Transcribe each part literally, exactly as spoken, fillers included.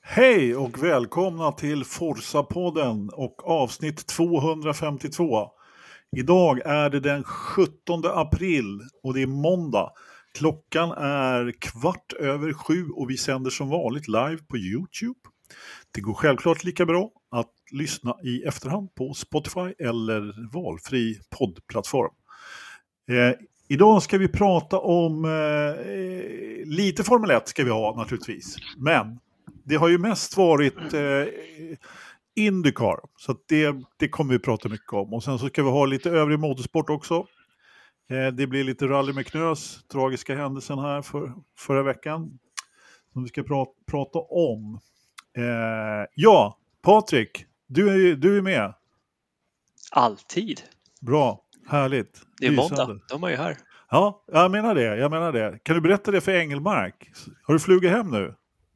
Hej och välkomna till Forza-podden och avsnitt tvåhundrafemtiotvå. Idag är det den sjuttonde april och det är måndag. Klockan är kvart över sju och vi sänder som vanligt live på YouTube. Det går självklart lika bra att lyssna i efterhand på Spotify eller valfri poddplattform. Eh, idag ska vi prata om eh, lite Formel ett ska vi ha naturligtvis, men det har ju mest varit eh, IndyCar, så att det, det kommer vi prata mycket om. Och sen så ska vi ha lite övrig motorsport också. Eh, det blir lite rally med knös, tragiska händelsen här för, förra veckan som vi ska pra- prata om. Eh, ja, Patrik, du är, ju- du är med. Alltid. Bra, härligt. Det är Lysande. måndag, de är ju här. Ja, jag menar det, jag menar det. Kan du berätta det för Engelmark? Har du flugit hem nu?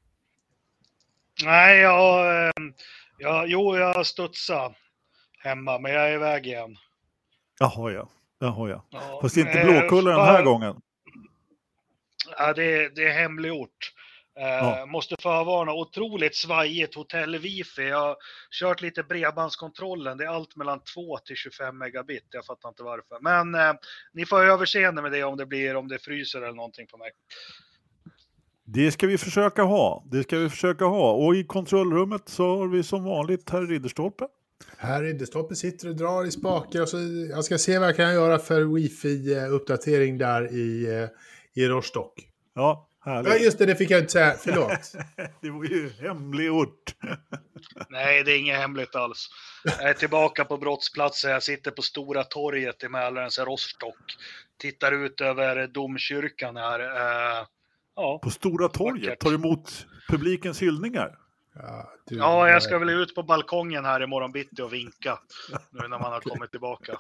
Nej, jag, jag, jo, jag studsar hemma, men jag är iväg igen. Jaha, ja. Jaha, ja. Ja, Fast inte eh, Blåkulla den här gången. Ja, det, det är hemliggjort. Eh, Ja. Måste förvarna, otroligt svajigt hotell-wifi. Jag har kört lite bredbandskontrollen. Det är allt mellan två till tjugofem megabit. Jag fattar inte varför. Men eh, ni får överseende med det om det blir, om det fryser eller någonting på mig. Det ska vi försöka ha. Det ska vi försöka ha. Och i kontrollrummet så har vi som vanligt herr Ridderstolpe. Här Ridderstolpe sitter och drar i spaken. Och så, jag ska se vad jag kan göra för wifi-uppdatering där i, i Rostock. Ja, härligt. Ja, just det, det fick jag inte säga. Förlåt. Det var ju hemliggjort. Nej, det är inget hemligt alls. Jag är tillbaka på brottsplatsen. Jag sitter på Stora torget i Mälarens Rostock. Tittar ut över domkyrkan här. Eh, ja. På Stora torget tar emot publikens hyllningar. Ja, du, Ja, jag ska väl ut på balkongen här imorgon bitti och vinka. Nu när man har kommit tillbaka.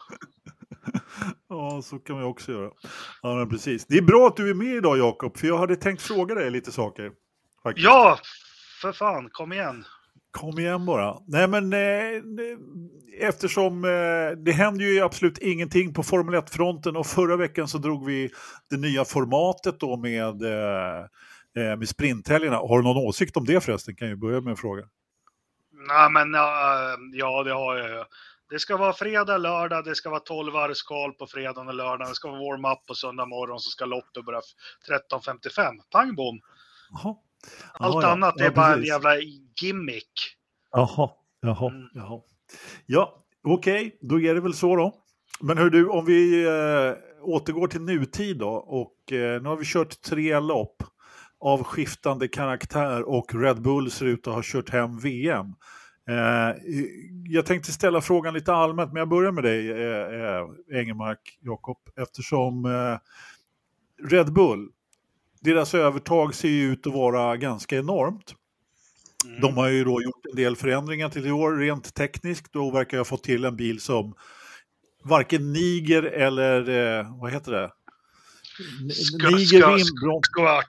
Ja, så kan vi också göra. Ja, men precis. Det är bra att du är med idag, Jakob. För jag hade tänkt fråga dig lite saker. Faktiskt. Ja, för fan. Kom igen. Kom igen bara. Nej, men eh, eftersom eh, det händer ju absolut ingenting på Formel ett-fronten och förra veckan så drog vi det nya formatet då med, eh, med sprinthelgerna. Har du någon åsikt om det förresten? Kan jag börja med en fråga. Nej, men ja, ja, det har jag ju. Det ska vara fredag, lördag, det ska vara tolv varvskval på fredag och lördag, det ska vara warm-up på söndag morgon, så ska loppet börja tretton femtiofem. Pang bom! Jaha. Allt Jaha, annat ja. är Ja, bara precis. en jävla gimmick. Jaha, jaha, Mm. jaha. Ja, okej, okay, då är det väl så då. Men hör du, om vi eh, återgår till nutid då, och eh, nu har vi kört tre lopp av skiftande karaktär och Red Bull ser ut att ha kört hem V M. Eh, jag tänkte ställa frågan lite allmänt, men jag börjar med dig, eh, eh, Engelmark, Jakob, eftersom eh, Red Bull, deras övertag ser ju ut att vara ganska enormt. Mm. De har ju då gjort en del förändringar till i år rent tekniskt. Då verkar jag få till en bil som varken Niger eller eh, vad heter det? Niger Skvart.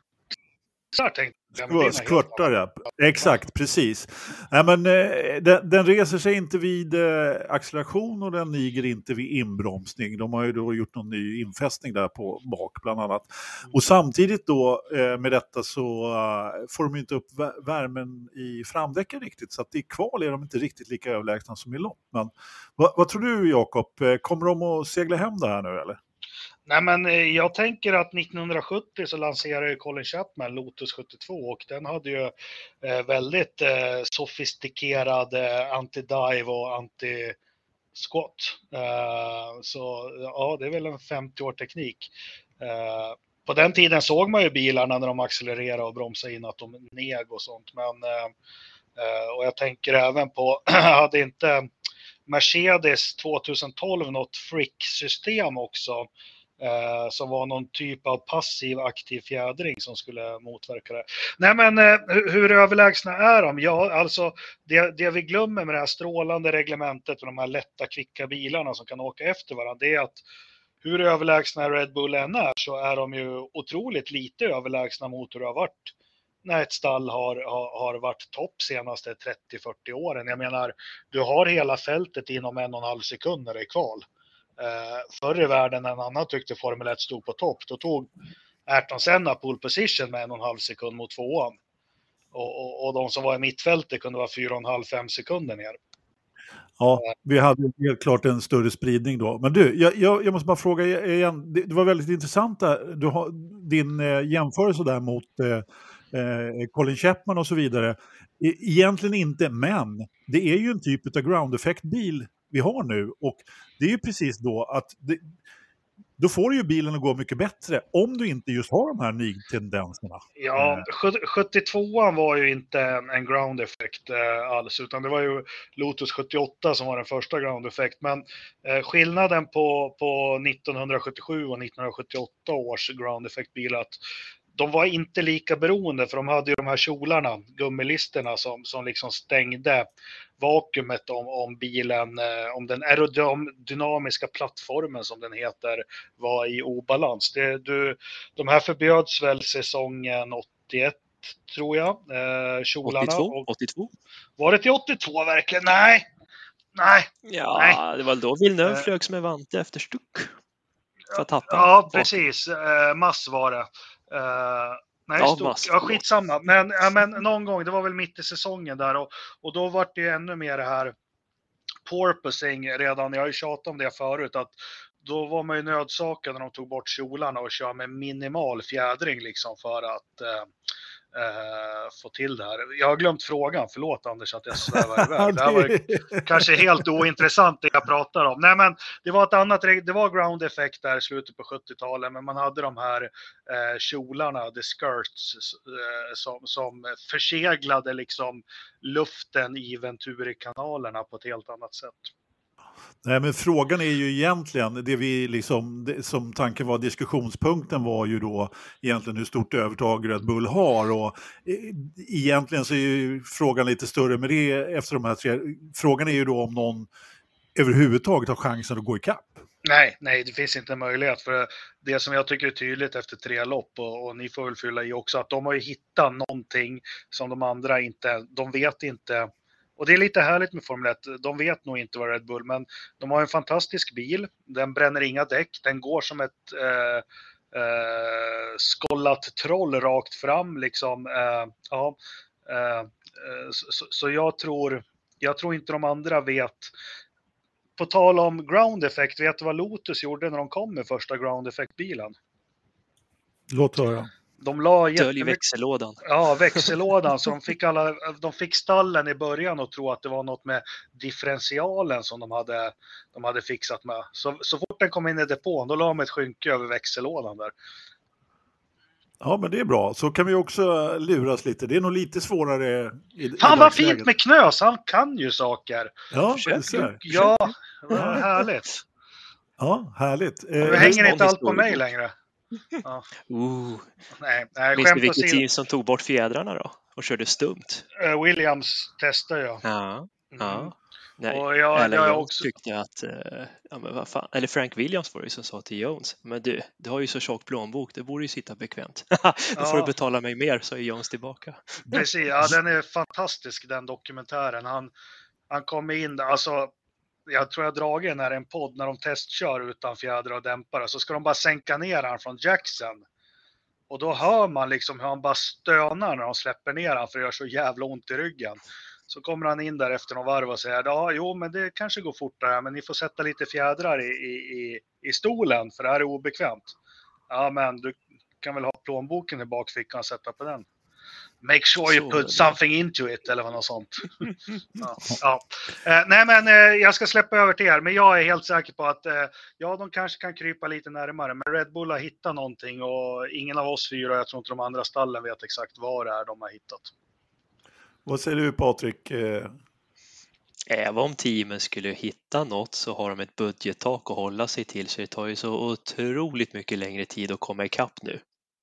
Skvörtare, exakt, precis. Nej, men, eh, den, den reser sig inte vid eh, acceleration och den niger inte vid inbromsning. De har ju då gjort någon ny infästning där på bak bland annat. Och samtidigt då eh, med detta så uh, får de inte upp vär- värmen i framdäcken riktigt. Så att i kval är de inte riktigt lika överlägsna som i lopp. Men vad, vad tror du, Jakob? Kommer de att segla hem det här nu eller? Nej, men eh, jag tänker att nittonhundrasjuttio så lanserade ju Colin Chapman Lotus sjuttiotvå och den hade ju eh, väldigt eh, sofistikerad eh, anti-dive och anti-squat. Eh, så ja, det är väl en femtio år teknik. Eh, på den tiden såg man ju bilarna när de accelererade och bromsade in att de neg och sånt. Men, eh, eh, och jag tänker även på, hade inte Mercedes tjugotolv något frick-system också? Eh, som var någon typ av passiv aktiv fjädring som skulle motverka det. Nej, men eh, hur, hur överlägsna är de? Ja, alltså det, det vi glömmer med det här strålande reglementet och de här lätta kvicka bilarna som kan åka efter varandra, det är att hur överlägsna Red Bull än är så är de ju otroligt lite överlägsna mot hur det har varit när ett stall har, har, har varit topp senaste trettio till fyrtio åren. Jag menar, du har hela fältet inom en och en halv sekund när det är kval. Uh, förr i världen när en annan tyckte Formel ett stod på topp, då tog Ayrton Senna pole position med en och en halv sekund mot tvåan. och, och, och de som var i mittfältet kunde vara fyra och en halv fem sekunder ner. Ja, vi hade helt klart en större spridning då. Men du, jag, jag, jag måste bara fråga igen. Det, det var väldigt intressant där. Du har din eh, jämförelse där mot eh, eh, Colin Chapman och så vidare. E, egentligen inte, men det är ju en typ av ground effect-bil vi har nu. Och det är ju precis då att det, då får ju bilen att gå mycket bättre om du inte just har de här nygtendenserna. Ja, sjuttiotvåan var ju inte en, en ground effect eh, alls, utan det var ju Lotus sjuttioåtta som var den första ground effect. Men eh, skillnaden på, på nittonhundrasjuttiosju och nittonhundrasjuttioåtta års ground effect-bil att de var inte lika beroende, för de hade ju de här kjolarna, gummilisterna som, som liksom stängde vakuumet om, om bilen, eh, om den aerodynamiska plattformen som den heter var i obalans. Det, du, de här förbjöds väl säsongen åttioett tror jag, eh, kjolarna. åttiotvå? Och, åttiotvå? var det till åttiotvå verkligen? Nej! Nej! Ja, nej. Det var då Villeneuve Eh. flögs med Vante efter stuck. För att tappa. Ja, precis. Eh, mass var det. Uh, nej, ja, stort. mass, Ja, skitsamma. Men, ja, men någon gång, det var väl mitt i säsongen där. Och, och då var det ju ännu mer det här porpoising redan. Jag har ju tjatat om det förut. Att då var man ju nödsakad när de tog bort kjolarna och kör med minimal fjädring liksom för att uh, Uh, få till det här. Jag har glömt frågan, förlåt Anders att jag svävar iväg. Det här var kanske helt ointressant det jag pratar om. Nej, men det var ett annat, det var ground effect där i slutet på sjuttiotalet, men man hade de här uh, kjolarna, the skirts, uh, som, som förseglade liksom luften i Venturi-kanalerna på ett helt annat sätt. Nej, men frågan är ju egentligen, det vi liksom, det, som tanken var diskussionspunkten var ju då egentligen hur stort övertag Red Bull har, och e, egentligen så är ju frågan lite större med det efter de här tre. Frågan är ju då om någon överhuvudtaget har chansen att gå i kapp. Nej, nej, det finns inte en möjlighet, för det som jag tycker är tydligt efter tre lopp, och, och ni får väl fylla i också, att de har ju hittat någonting som de andra inte, de vet inte. Och det är lite härligt med Formel ett, de vet nog inte vad Red Bull, men de har en fantastisk bil, den bränner inga däck, den går som ett eh, eh, skollat troll rakt fram liksom. Eh, ja, eh, så, så jag tror, jag tror inte de andra vet. På tal om ground effect, vet du vad Lotus gjorde när de kom med första ground effect-bilen? Låt höra. De la Dölj växellådan. Ja, växellådan. Så de fick, alla, de fick stallen i början och tro att det var något med differentialen som de hade, de hade fixat med. Så, så fort den kom in i depån, då la de ett skynke över växellådan där. Ja, men det är bra. Så kan vi också luras lite. Det är nog lite svårare i, Fan i vad fint med Knös, han kan ju saker. Ja, det ja, vad härligt. Ja, härligt. Eh, det hänger inte allt på mig längre. Ja. Uh. Nej, nej, Minns du vilket team som tog bort fjädrarna då? Och körde stumt? Uh, Williams testar jag. Ja, ja. Mm. Nej, och jag, eller jag, jag också... tyckte att, uh, ja, men vad fan, eller Frank Williams var det som sa till Jones, men du, du har ju så tjock plånbok, det borde ju sitta bekvämt. Då ja. får du betala mig mer, så är Jones tillbaka. Precis, ja, den är fantastisk den dokumentären. Han, han kom in, alltså jag tror jag dragit den här en podd när de testkör utan fjädrar och dämpare, så ska de bara sänka ner han från Jackson. Och då hör man liksom hur han bara stönar när de släpper ner han, för det gör så jävla ont i ryggen. Så kommer han in där efter någon varv och säger, ja jo men det kanske går fortare, men ni får sätta lite fjädrar i, i, i stolen för det här är obekvämt. Ja men du kan väl ha plånboken i bakfickan och sätta på den. Make sure you put something into it eller något sånt. ja, ja. Eh, nej men eh, jag ska släppa över till er, men jag är helt säker på att eh, ja, de kanske kan krypa lite närmare, men Red Bull har hittat någonting och ingen av oss fyra, jag tror inte de andra stallen vet exakt vad det är de har hittat. Vad säger du Patrik? Eh... Även om teamen skulle hitta något så har de ett budgettak att hålla sig till, så det tar ju så otroligt mycket längre tid att komma ikapp nu.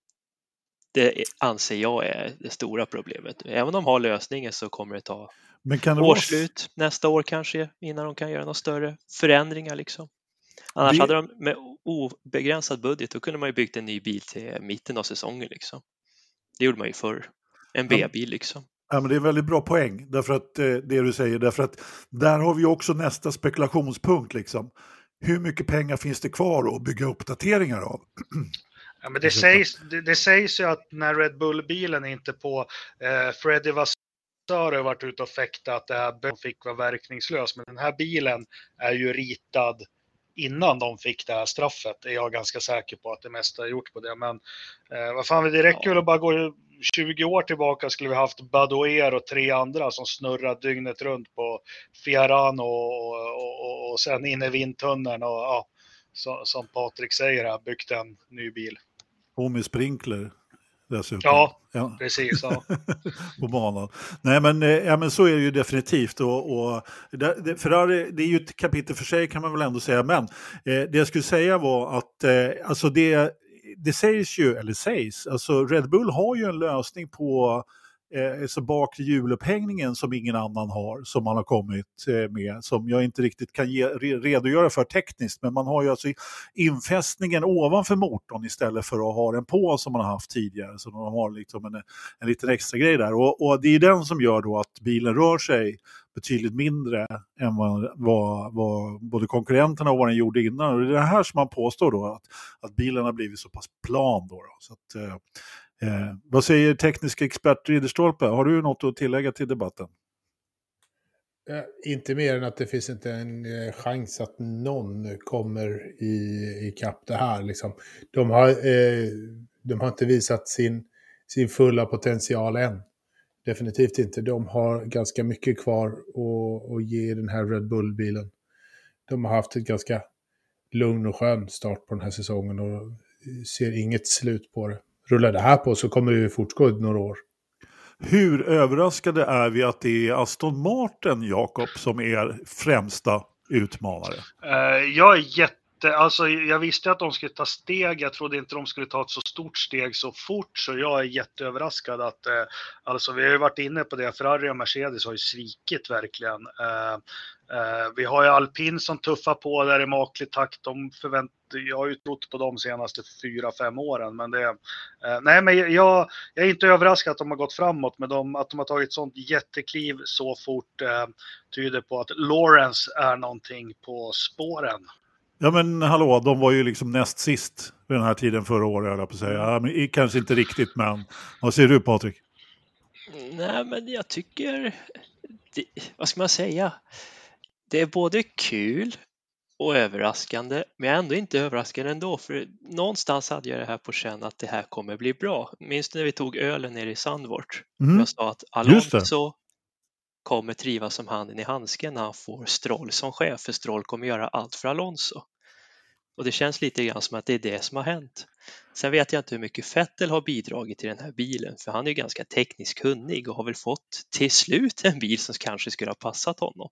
Det anser jag är det stora problemet. Även om de har lösningen så kommer det ta Men kan det årsslut vara... nästa år kanske innan de kan göra några större förändringar liksom. Annars det... hade de med obegränsad budget, då kunde man ju byggt en ny bil till mitten av säsongen liksom. Det gjorde man ju förr. En B-bil liksom. Ja, men det är en väldigt bra poäng, därför att eh, det du säger, därför att där har vi också nästa spekulationspunkt liksom. Hur mycket pengar finns det kvar att bygga uppdateringar av? Ja, men det, sägs, det, det sägs ju att när Red Bull-bilen är inte på, eh, Freddie Vassör har varit ute och fäktat att det här fick vara verkningslös, men den här bilen är ju ritad innan de fick det här straffet, är jag ganska säker på att det mesta är gjort på det. Men eh, vad fan, det räcker väl att bara gå tjugo år tillbaka, skulle vi haft Badoer och tre andra som snurrar dygnet runt på Fiorano och, och, och, och sen in i vindtunneln och ja, så, som Patrik säger här, byggt en ny bil. Och med sprinkler dessutom. Ja, ja. Precis. Ja. På banan. Nej, men, ja, men så är det ju definitivt. Och, och det, Ferrari, det är ju ett kapitel för sig, kan man väl ändå säga. Men eh, det jag skulle säga var att eh, alltså det, det sägs ju, eller sägs, alltså Red Bull har ju en lösning på eh, så bakre hjulupphängningen som ingen annan har, som man har kommit eh, med, som jag inte riktigt kan ge, redogöra för tekniskt, men man har ju alltså infästningen ovanför motorn istället för att ha den på som man har haft tidigare, så de har liksom en, en liten extra grej där, och, och det är den som gör då att bilen rör sig betydligt mindre än vad, vad, vad både konkurrenterna och vad den gjorde innan, och det är det här som man påstår då, att, att bilen har blivit så pass plan då, då så att eh, Eh, vad säger teknisk expert Ridderstolpe? Har du något att tillägga till debatten? Eh, inte mer än att det finns inte en eh, chans att någon kommer i, i kapp det här. Liksom. De, har, eh, de har inte visat sin, sin fulla potential än. Definitivt inte. De har ganska mycket kvar att, att ge den här Red Bull-bilen. De har haft ett ganska lugn och skön start på den här säsongen och ser inget slut på det. Rullar det här på så kommer det ju fortgå i några år. Hur överraskade är vi att det är Aston Martin, Jakob, som är främsta utmanare? Uh, jag är jätte... Alltså, jag visste att de skulle ta steg. Jag trodde inte de skulle ta ett så stort steg så fort. Så jag är jätteöverraskad att... Uh, alltså, vi har ju varit inne på det. Ferrari och Mercedes har ju svikit verkligen. Uh, uh, vi har ju Alpin som tuffar på där i maklig takt. De förväntar... Jag har ju trott på de senaste fyra, fem åren. Men det, eh, nej, men jag, jag är inte överraskad att de har gått framåt. Men de, att de har tagit sånt jättekliv så fort eh, tyder på att Lawrence är någonting på spåren. Ja, men hallå, de var ju liksom näst sist vid den här tiden förra året, jag höll på att säga. Ja, men, kanske inte riktigt, men vad säger du, Patrik? Nej, men jag tycker... Det, vad ska man säga? Det är både kul och överraskande, men jag är ändå inte överraskad ändå, för någonstans hade jag det här på känn att det här kommer bli bra. Minns när vi tog ölen nere i Sandvort? Mm. Jag sa att Alonso kommer trivas som handen i handsken när han får Stroll som chef, för Stroll kommer göra allt för Alonso. Och det känns lite grann som att det är det som har hänt. Sen vet jag inte hur mycket Vettel har bidragit till den här bilen, för han är ju ganska tekniskt kunnig och har väl fått till slut en bil som kanske skulle ha passat honom.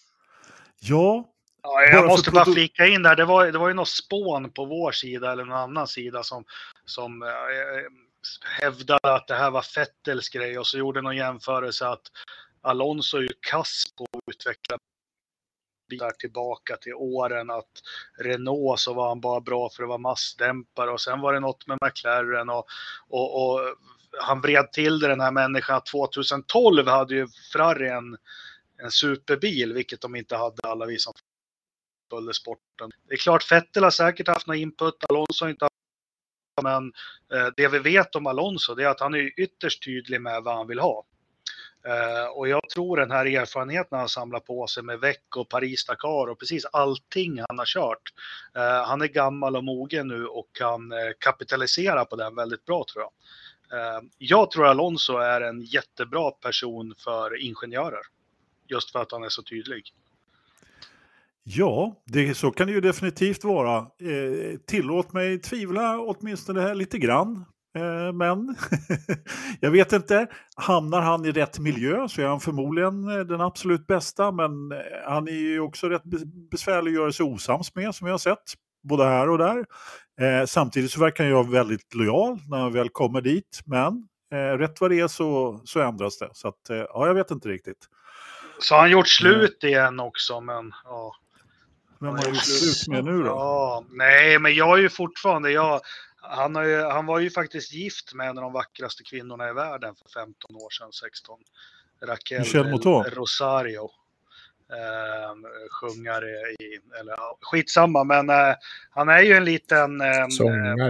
Ja, Ja, jag bara måste bara flika in där. Det var, det var ju något spån på vår sida eller någon annan sida som, som eh, hävdade att det här var Vettels grej, och så gjorde någon jämförelse att Alonso är ju kass på att utveckla bilar tillbaka till åren, att Renault så var han bara bra för att vara massdämpare, och sen var det något med McLaren och, och, och han vred till det, den här människan. tjugohundratolv hade ju Ferrari en, en superbil, vilket de inte hade, alla vi som följde sporten. Det är klart, Vettel har säkert haft någon input, Alonso inte haft, men eh, det vi vet om Alonso, det är att han är ytterst tydlig med vad han vill ha. Eh, och jag tror den här erfarenheten han samlar på sig med Veck och Paris-Dakar och precis allting han har kört. Eh, han är gammal och mogen nu och kan eh, kapitalisera på den väldigt bra, tror jag. Eh, jag tror Alonso är en jättebra person för ingenjörer, just för att han är så tydlig. Ja, det, så kan det ju definitivt vara. Eh, tillåt mig tvivla åtminstone här lite grann. Eh, men jag vet inte. Hamnar han i rätt miljö så är han förmodligen den absolut bästa. Men han är ju också rätt besvärlig att göra sig osams med, som jag har sett. Både här och där. Eh, samtidigt så verkar jag väldigt lojal när han väl kommer dit. Men eh, rätt vad det är så, så ändras det. Så att, eh, ja, jag vet inte riktigt. Så har han gjort slut mm. igen också, men ja. Vem har gjort slut med nu då? Ja, nej, men jag är ju fortfarande, jag, han, har ju, han var ju faktiskt gift med en av de vackraste kvinnorna i världen för femton år sedan, sexton. Raquel Rosario. Eh, sjungare i, eller ja, skitsamma, men eh, han är ju en liten... Eh, sångare.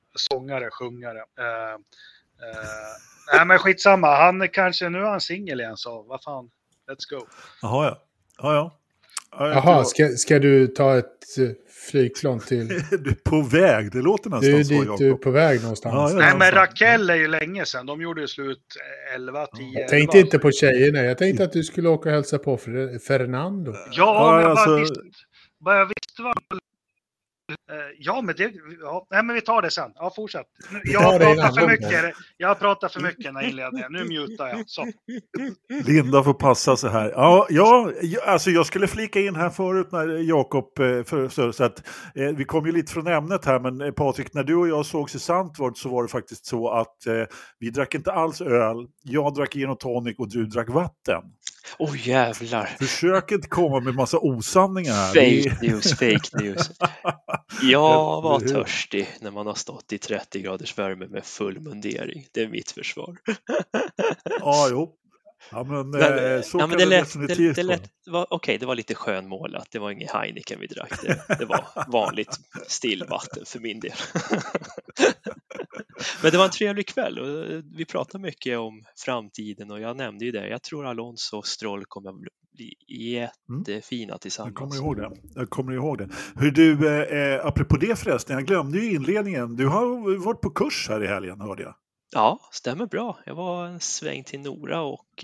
sångare, sjungare. Uh, uh, nej men skitsamma, han kanske, nu är han singel igen så vad fan, let's go. Jaha ja, ja ja. Ja, Jaha, ska, ska du ta ett uh, flygplan till... Du är på väg, det låter nästan Du är så, dit Jakob. du är på väg någonstans. Ja, ja, Nej men alltså. Raquel är ju länge sedan, de gjorde ju slut elva tio. Jag tänkte inte på tjejerna, jag tänkte att du skulle åka och hälsa på för Fernando. Ja, Ja, men jag alltså- bara visste, bara jag visste vad... Eh, Ja, men det... Ja, nej, men vi tar det sen. Ja, fortsätt. Nu- Vi Jag tar har det i en pratat för annan mycket. Jag har pratat för mycket när inledningen. Nu mutar jag. Så. Linda får passa sig här. Ja, ja, ja, alltså jag skulle flika in här förut när Jakob, eh, för, så, så att eh, vi kom ju lite från ämnet här, men eh, Patrik, när du och jag sågs i Sandvord så var det faktiskt så att eh, vi drack inte alls öl. Jag drack gin och tonic och du drack vatten. Åh oh, jävlar. Försök inte komma med massa osanningar här. Vi- Fake news, fake news. Jag var törstig när man har stått i trettio graders värme med full mundering. Det är mitt försvar. Ja, jo. Ja, men, Men, eh, så ja, kan men det det lät, definitivt det, det vara. lät, var, okej, det var lite skönmålat. Det var ingen Heineken vi drack. Det, det var vanligt stillvatten för min del. Men det var en trevlig kväll och vi pratade mycket om framtiden och jag nämnde ju det. Jag tror Alonso och Stroll kommer att bli jättefina Jag tillsammans. kommer ihåg det. Jag kommer ihåg det. Hur du, eh, apropå det förresten, jag glömde ju inledningen. Du har varit på kurs här i helgen, hörde jag. Ja, stämmer bra. Jag var en sväng till Nora och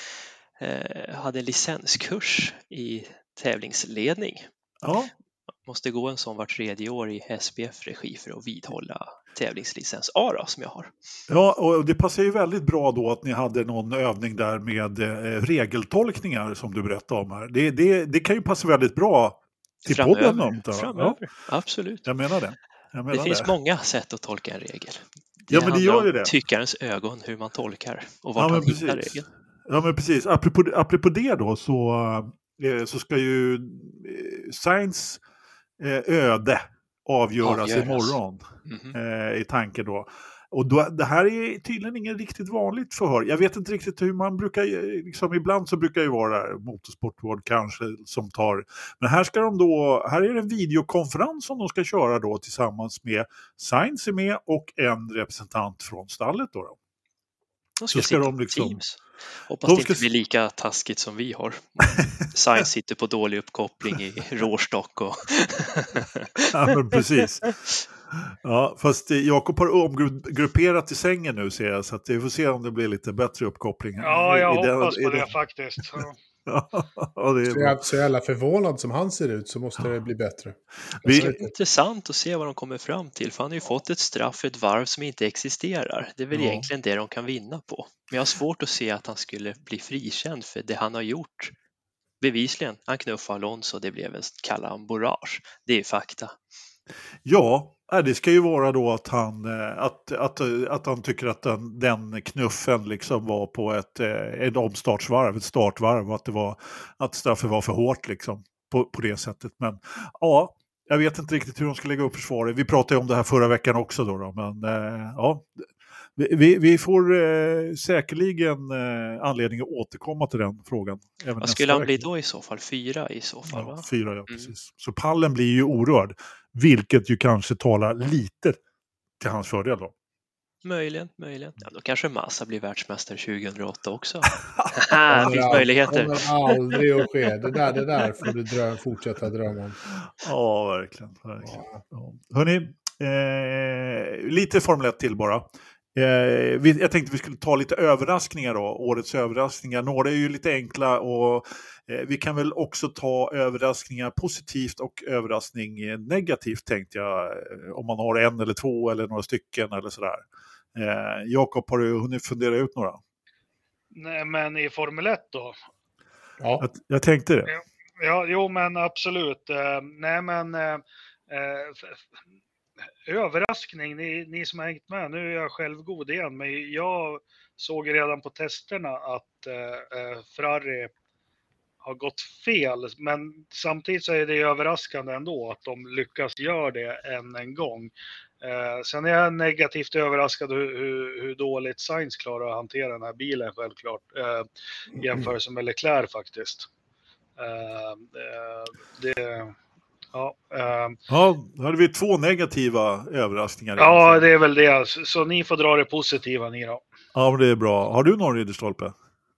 eh, hade en licenskurs i tävlingsledning. Ja, Måste gå en sån var tredje år i S B F-regi för att vidhålla tävlingslicens A då, som jag har. ja, och det passar ju väldigt bra då att ni hade någon övning där med eh, regeltolkningar som du berättade om här. Det, det, det kan ju passa väldigt bra till Framöver, podden. Om det, framöver. Ja, Absolut. jag menar det. Jag menar Det finns många sätt att tolka en regel. Det Ja, men det handlar gör ju om det. tyckarens ögon, hur man tolkar och vart Ja, men man hittar precis. regeln. Ja, men precis. Apropå, apropå det då så, eh, så ska ju eh, Sainz eh, öde avgöras, Avgöras. imorgon Mhm. eh, i tanken då. Och då, det här är tydligen ingen riktigt vanligt förhör. Jag vet inte riktigt hur man brukar, liksom ibland så brukar det ju vara Motorsportvård kanske som tar, men här ska de då, här är det en videokonferens som de ska köra då tillsammans med Sainz är med och en representant från stallet då. då. De Så ska, ska sitta de på liksom- Teams. Hoppas de det inte ska- blir lika taskigt som vi har. Science sitter på dålig uppkoppling i råstock och... Ja, men precis. Ja, fast eh, Jakob har omgrupperat i sängen nu ser jag, så att vi får se om det blir lite bättre uppkoppling. Ja, i- jag i den- hoppas i på den- det faktiskt. Ja. Ja, det är Så bra. jag, så jävla förvånad som han ser ut så måste det bli bättre. Det ska Vi, bli intressant att se vad de kommer fram till, för han har ju fått ett straff för ett varv som inte existerar. Det är väl Ja. egentligen det de kan vinna på. Men jag har svårt att se att han skulle bli frikänd för det han har gjort. Bevisligen, han knuffade Alonso och det blev en kalamborage. Det är fakta. ja, nej, det ska ju vara då att han, eh, att, att, att han tycker att den, den knuffen liksom var på ett, eh, ett omstartsvarv, ett startvarv, och att, det var, att straffet var för hårt liksom, på, på det sättet. Men ja, jag vet inte riktigt hur de ska lägga upp försvaret. Vi pratade ju om det här förra veckan också då, då men eh, ja, vi, vi, vi får eh, säkerligen eh, anledning att återkomma till den frågan. Även Vad nästa skulle han bli vecka. då i så fall? Fyra i så fall, Ja, va? fyra, ja, precis. Så pallen blir ju orörd, vilket ju kanske talar lite till hans fördel då. Möjligen, möjligen. Ja, då kanske Massa blir världsmästare tjugohundraåtta också. det Kommer finns al- möjligheter. kommer aldrig att ske. Det där, det där får du dröm, fortsätta drömma om. Ja, verkligen. verkligen. Ja. Hörrni, eh, lite Formel ett till bara. Eh, vi, jag tänkte vi skulle ta lite överraskningar då, årets överraskningar. Några är ju lite enkla och eh, vi kan väl också ta överraskningar positivt och överraskning eh, negativt tänkte jag. Eh, om man har en eller två eller några stycken eller sådär. Eh, Jakob, har du hunnit fundera ut några? Nej, men i Formel ett då? Ja. Jag, jag tänkte det. Ja, jo men absolut. Eh, nej men eh, eh, f- f- överraskning, ni, ni som har hängt med, nu är jag självgod igen, men jag såg redan på testerna att eh, eh, Ferrari har gått fel, men samtidigt så är det överraskande ändå att de lyckas göra det än en gång. Eh, sen är jag negativt överraskad hur, hur, hur dåligt Sainz klarar att hantera den här bilen självklart, eh, jämfört med Leclerc faktiskt. Uh, det, Ja, um, Ja, då hade vi två negativa överraskningar. Ja, egentligen. det är väl det. Så, så ni får dra det positiva ni då. Ja, men det är bra. Har du någon Ridderstolpe?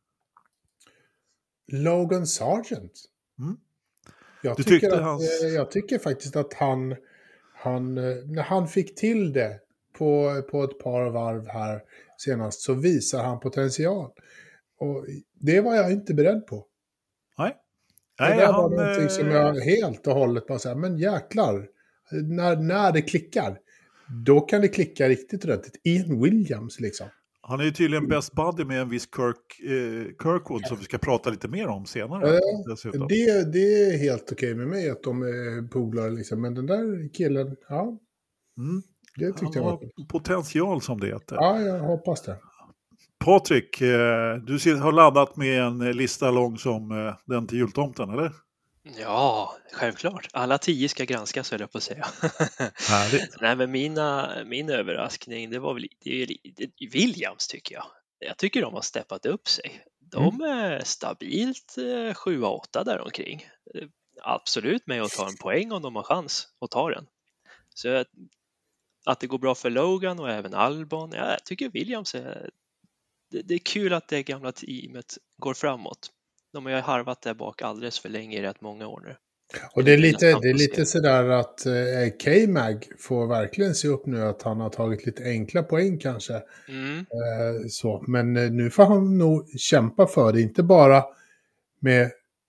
Logan Sargent. Mm. Jag, Du tycker tyckte att, hans- eh, jag tycker faktiskt att han, han, eh, när han fick till det på, på ett par varv här senast så visar han potential. Och det var jag inte beredd på. Nej. Det Nej, där han, var någonting som eh, jag helt och hållet bara säger, men jäklar, när, när det klickar, då kan det klicka riktigt ordentligt. Ian Williams liksom. Han är ju tydligen best buddy med en viss Kirk, eh, Kirkwood som vi ska prata lite mer om senare. Eh, dessutom. Det, det är helt okej med mig att de är polare liksom, men den där killen, ja, Mm. det tyckte Han jag var har kul. potential som det heter. Ja, jag hoppas det. Patrik, eh, du ser- har laddat med en eh, lista lång som eh, den till jultomten, eller? Ja, självklart. Alla tio ska granskas, höll jag på att säga. Härligt. Nej, men mina, min överraskning, det var väl det är, det är Williams tycker jag. Jag tycker de har steppat upp sig. De är stabilt eh, sju åtta där omkring. Eh, Absolut med att ta en poäng om de har chans att ta den. Så att, att det går bra för Logan och även Albon, ja, jag tycker Williams är det, det är kul att det gamla teamet går framåt. De har ju harvat där bak alldeles för länge i rätt många år nu. Och det är lite, det är lite sådär att eh, K-Mag får verkligen se upp nu att han har tagit lite enkla poäng kanske. Mm. Eh, så. Men eh, nu får han nog kämpa för det, inte bara med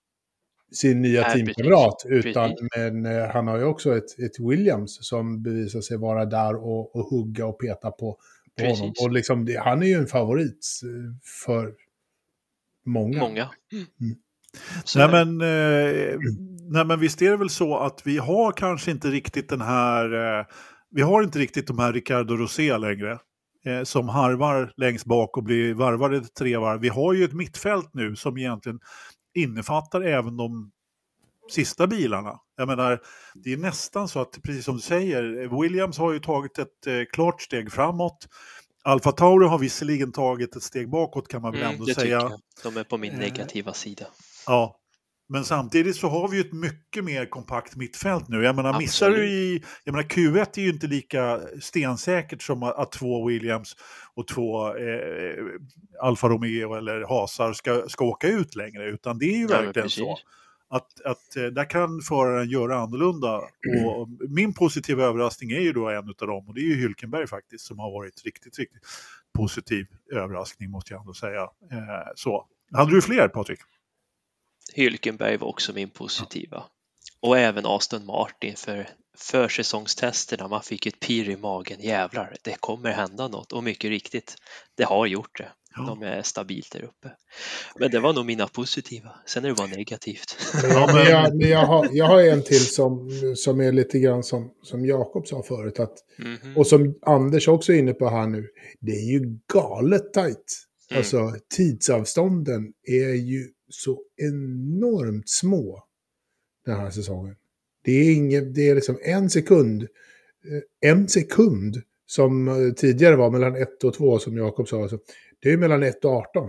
sin nya Nej, teamkamrat, precis. utan Precis. men, eh, han har ju också ett, ett Williams som bevisar sig vara där och, och hugga och peta på, på honom. Precis. Och liksom, det, han är ju en favorit eh, för många. Många. Mm. Så Nej är det. men, eh, nej men visst är det väl så att vi har kanske inte riktigt den här, eh, vi har inte riktigt de här Ricardo Rosé längre. Eh, som harvar längst bak och blir varvade tre varv. Vi har ju ett mittfält nu som egentligen innefattar även de sista bilarna. Jag menar, det är nästan så att, precis som du säger, Williams har ju tagit ett eh, klart steg framåt. Alfa Tauri har visserligen tagit ett steg bakåt kan man väl Mm, ändå det säga. tycker jag. De är på min Eh, negativa sida. Ja, men samtidigt så har vi ju ett mycket mer kompakt mittfält nu. Jag menar, Absolut. missar du i... Jag menar, Q ett är ju inte lika stensäkert som att, att två Williams och två eh, Alfa Romeo eller Hasar ska, ska åka ut längre. Utan det är ju Ja, men verkligen precis. så. Att, att eh, där kan föraren göra annorlunda. Och min positiva överraskning är ju då en av dem. Och det är ju Hülkenberg faktiskt som har varit riktigt, riktigt positiv överraskning måste jag ändå säga. Eh, så. Hade du fler, Patrik? Hülkenberg var också min positiva. Och även Aston Martin för försäsongstesterna. Man fick ett pirr i magen. Jävlar, det kommer hända något. Och mycket riktigt, det har gjort det. Ja. De är stabilt där uppe. Men det var nog mina positiva. Sen är det bara negativt. Ja, Men men- jag, men jag, har, jag har en till som, som är lite grann som, som Jakob sa förut. Att, Mhm. och som Anders också är inne på här nu. Det är ju galet tajt. Mm. Alltså tidsavstånden är ju så enormt små den här säsongen. Det är, inget, det är liksom en sekund. eh, En sekund som eh, tidigare var mellan ett och två som Jakob sa. Alltså, det är mellan ett och arton.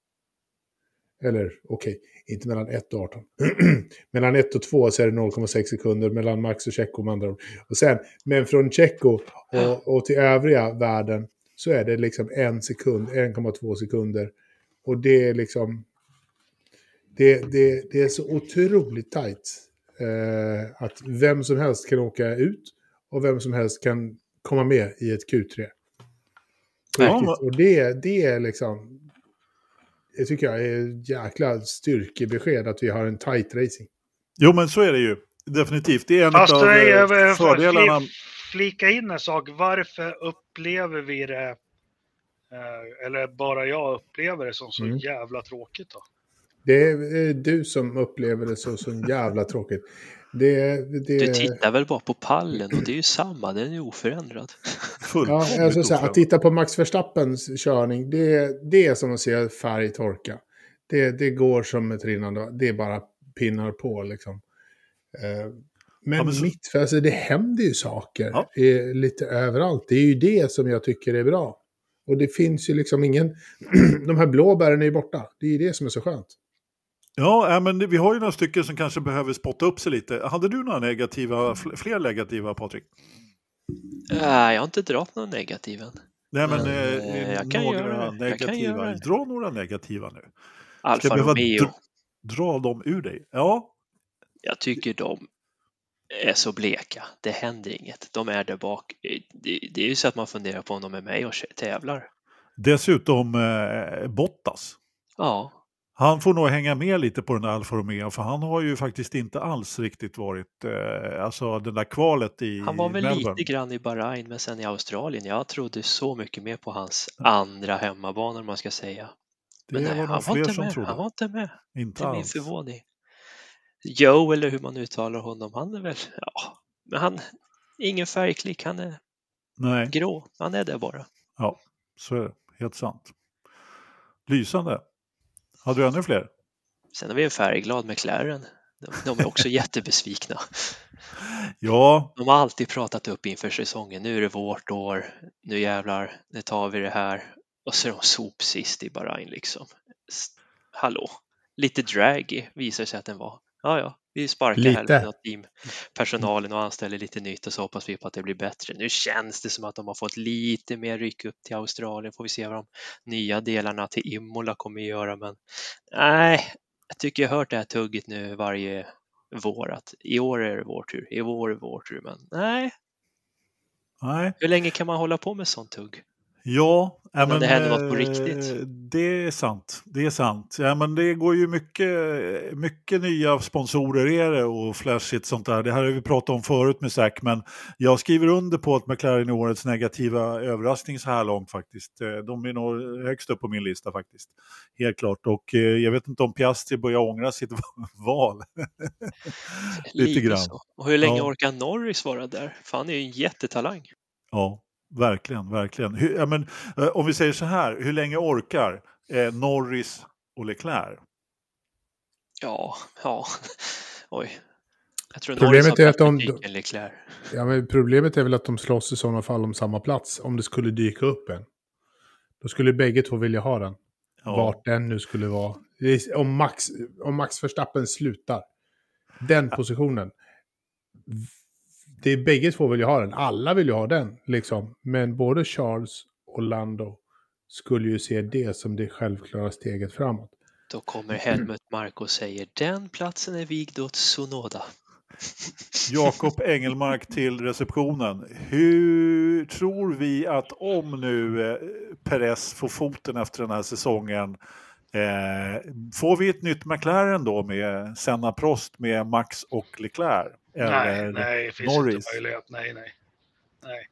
Eller okej, inte mellan ett och arton. Mellan ett och två så är det noll komma sex sekunder mellan Max och Checo med andra ord. Och sen, men från Checo och, och till övriga världen så är det liksom en sekund, en komma två sekunder. Och det är liksom, det, det, det är så otroligt tajt eh, att vem som helst kan åka ut och vem som helst kan komma med i ett Q tre. På Ja, riktigt. men- Och det, det är liksom, det tycker jag är ett jäkla styrkebesked att vi har en tight racing. Jo, men så är det ju. Definitivt. Det är en Fast av det är, eh, eh, fördelarna. fli- flika in en sak. Varför upplever vi det, eh, eller bara jag upplever det som så Mm. jävla tråkigt då? Det är du som upplever det så, så jävla tråkigt. Det, det, Du tittar väl bara på pallen och det är ju samma, den är oförändrad. ja, Fullkomligt alltså, så här, att oförändrad. titta på Max Verstappens körning, det, det är som att se färg torka. Det, det går som ett rinnande, det är bara pinnar på liksom. Eh, Men, Ja, men så- mitt, för alltså, det händer ju saker Ja. eh, lite överallt. Det är ju det som jag tycker är bra. Och det finns ju liksom ingen... De här blåbären är ju borta. Det är ju det som är så skönt. Ja, men vi har ju några stycken som kanske behöver spotta upp sig lite. Hade du några negativa, fler negativa, Patrik? Nej, jag har inte dragit någon negativ än. Nej, men, men eh, jag kan några göra det. Jag kan negativa. göra det. Dra några negativa nu. Alfa behöva Romeo. dra, dra dem ur dig. Ja. Jag tycker de är så bleka. Det händer inget. De är där bak. Det, det är ju så att man funderar på om de är med och tävlar. Dessutom eh, Bottas. Ja. Han får nog hänga med lite på den där Alfa Romeo, för han har ju faktiskt inte alls riktigt varit, eh, alltså den där kvalet i Han var väl Melbourne. lite grann i Bahrain, men sen i Australien. Jag trodde så mycket mer på hans andra hemmabana, om man ska säga. Det Men nej, var han, nog var fler inte som med. trodde. han var inte med. Inte Till min alls. förvåning. Joe, eller hur man uttalar honom, han är väl, ja, men han, ingen färgklick, han är Nej. grå. Han är där bara. Ja, så är det. Helt sant. Lysande. Hade du ännu fler? Sen har vi en färgglad McLaren. De, de är också jättebesvikna. Ja. De har alltid pratat upp inför säsongen. Nu är det vårt år. Nu jävlar, nu tar vi det här. Och så är de sopsist i Bahrain liksom. Hallå. Lite draggy visar sig att den var. Ja, ja. Vi sparkar Lite. hälften av teampersonalen och anställer lite nytt och så hoppas vi på att det blir bättre. Nu känns det som att de har fått lite mer ryck upp till Australien. Får vi se vad de nya delarna till Imola kommer att göra. Men nej, jag tycker jag har hört det här tugget nu varje vår. Att i år är det vår tur, i år är det vår tur. Men nej. Nej. Hur länge kan man hålla på med sånt tugg? Ja, ja men det händer något på riktigt. Det är sant. Det är sant. Ja, men det går ju mycket, mycket nya sponsorer är det och flashigt sånt där. Det här har vi pratat om förut med Zack, men jag skriver under på att McLaren är årets negativa överraskning så här långt faktiskt. De är nog högst upp på min lista faktiskt. Helt klart. Och jag vet inte om Piastri börjar ångra sitt val. Lite, Lite grann. Så. Och hur länge ja. orkar Norris vara där? För han är ju en jättetalang. Ja. Verkligen, verkligen. Hur, ja, men, eh, om vi säger så här, hur länge orkar eh, Norris och Leclerc? Ja, ja. Oj. Jag tror problemet är att de, Leclerc. Ja, men problemet är väl att de slåss i sådana fall om samma plats. Om det skulle dyka upp en. Då skulle bägge två vilja ha den. Ja. Vart den nu skulle vara. Om Max, om Max Verstappen slutar. Den ja. positionen. Det är bägge två vill ju ha den. Alla vill ju ha den. Liksom. Men både Charles och Lando skulle ju se det som det självklara steget framåt. Då kommer Helmut Marko och säger den platsen är vigd åt Sonoda. Jakob Engelmark till receptionen. Hur tror vi att om nu eh, Perez får foten efter den här säsongen, eh, får vi ett nytt McLaren då med Senna Prost med Max och Leclerc? Nej, nej, det finns Norris. Inte möjlighet. Nej, nej. Nej.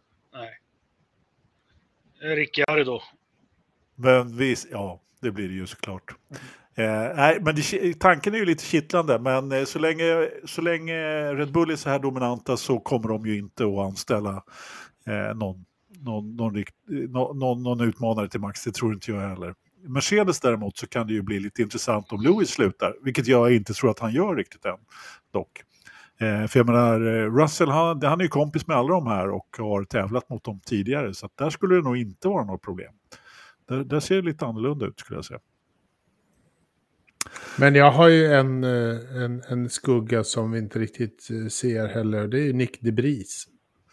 Nej. Ricciardo. Men visst, ja, det blir det ju såklart. Eh, nej, men det, tanken är ju lite kittlande, men eh, så länge, så länge Red Bull är så här dominanta så kommer de ju inte att anställa eh, någon, någon, någon, rikt, någon, någon, någon utmanare till Max, det tror inte jag heller. Mercedes däremot så kan det ju bli lite intressant om Lewis slutar, vilket jag inte tror att han gör riktigt än, dock. Eh, för jag menar, Russell han, han är ju kompis med alla de här och har tävlat mot dem tidigare, så att där skulle det nog inte vara något problem. Där, där ser det lite annorlunda ut skulle jag säga. Men jag har ju en, en, en skugga som vi inte riktigt ser heller. Det är ju Nick de Vries.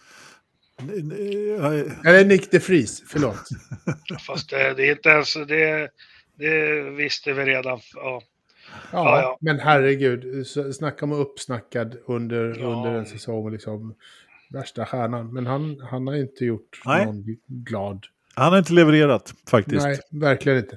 Eller Nick de Vries, förlåt. Fast det, det är inte ens... Det, det visste vi redan. Ja. Ja, ja, ja, men herregud. Snacka om uppsnackad under, ja. under en säsong. Liksom, värsta stjärnan. Men han, han har inte gjort Nej. någon glad. Han har inte levererat faktiskt. Nej, verkligen inte.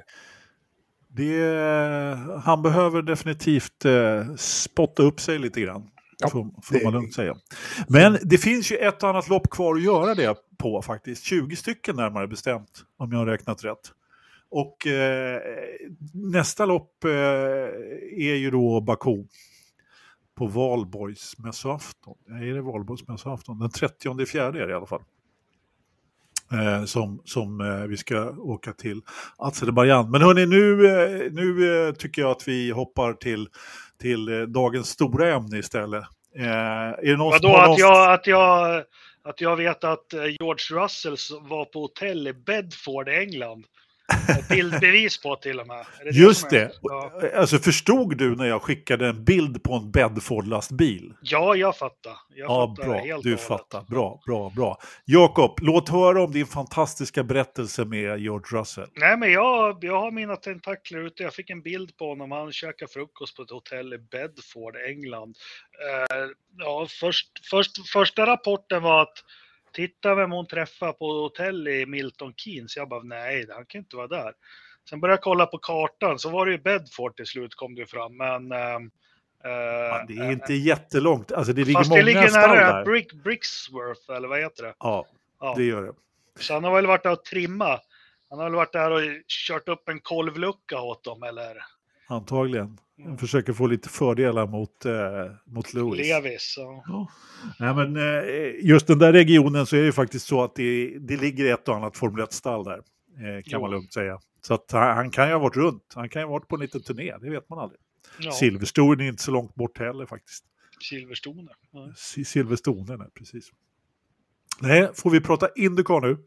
Det, han behöver definitivt eh, spotta upp sig lite grann. Ja, får, får det... man lugnt säga. Men det finns ju ett annat lopp kvar att göra det på faktiskt. tjugo stycken närmare bestämt, om jag har räknat rätt. Och eh, nästa lopp eh, är ju då Baku. På Valborgs mässoafton. Är det Valborgs mässoafton? Den trettionde fjärde är det i alla fall. Eh, som, som eh, vi ska åka till Azerbaijan. Men hörni, nu, eh, nu eh, tycker jag att vi hoppar till, till eh, dagens stora ämne istället. Eh, är det någon Vadå, att, jag, att, jag, att jag vet att George Russell var på hotell i Bedford, England bildbevis på till och med. Är det Just det. det. Ja. Alltså förstod du när jag skickade en bild på en Bedford-lastbil? Ja, jag fattar. Jag Ja, fattar bra. helt Du och hållet. fattar. Bra, bra, bra. Jakob, låt höra om din fantastiska berättelse med George Russell. Nej, men jag, jag har mina tentakler ute. Jag fick en bild på honom. Han käkade frukost på ett hotell i Bedford, England. Uh, ja, först, först, första rapporten var att titta vem hon träffade på hotell i Milton Keynes. Jag bara, nej, han kan inte vara där. Sen började jag kolla på kartan, så var det ju Bedford till slut kom det fram. Men uh, Ja, det är inte jättelångt. Alltså det ligger fast många det ligger stall nära där. Brick, Brixworth, eller vad heter det? Ja, Ja. det gör det. Så han har väl varit där och trimma. Han har väl varit där och kört upp en kolvlucka åt dem, eller? Antagligen. Mm. Jag försöker få lite fördelar mot, eh, mot Lewis. Levis. Ja. Ja. Nej, men, eh, just den där regionen så är det faktiskt så att det, det ligger ett och annat Formel ett-stall där. Eh, kan Jo. man lugnt säga. Så att han, han kan ju ha varit runt. Han kan ju ha varit på en liten turné. Det vet man aldrig. Ja. Silverstone är inte så långt bort heller faktiskt. Silverstone. Ja. Si- Silverstone, nej, precis. Nej, får vi prata Indycar nu?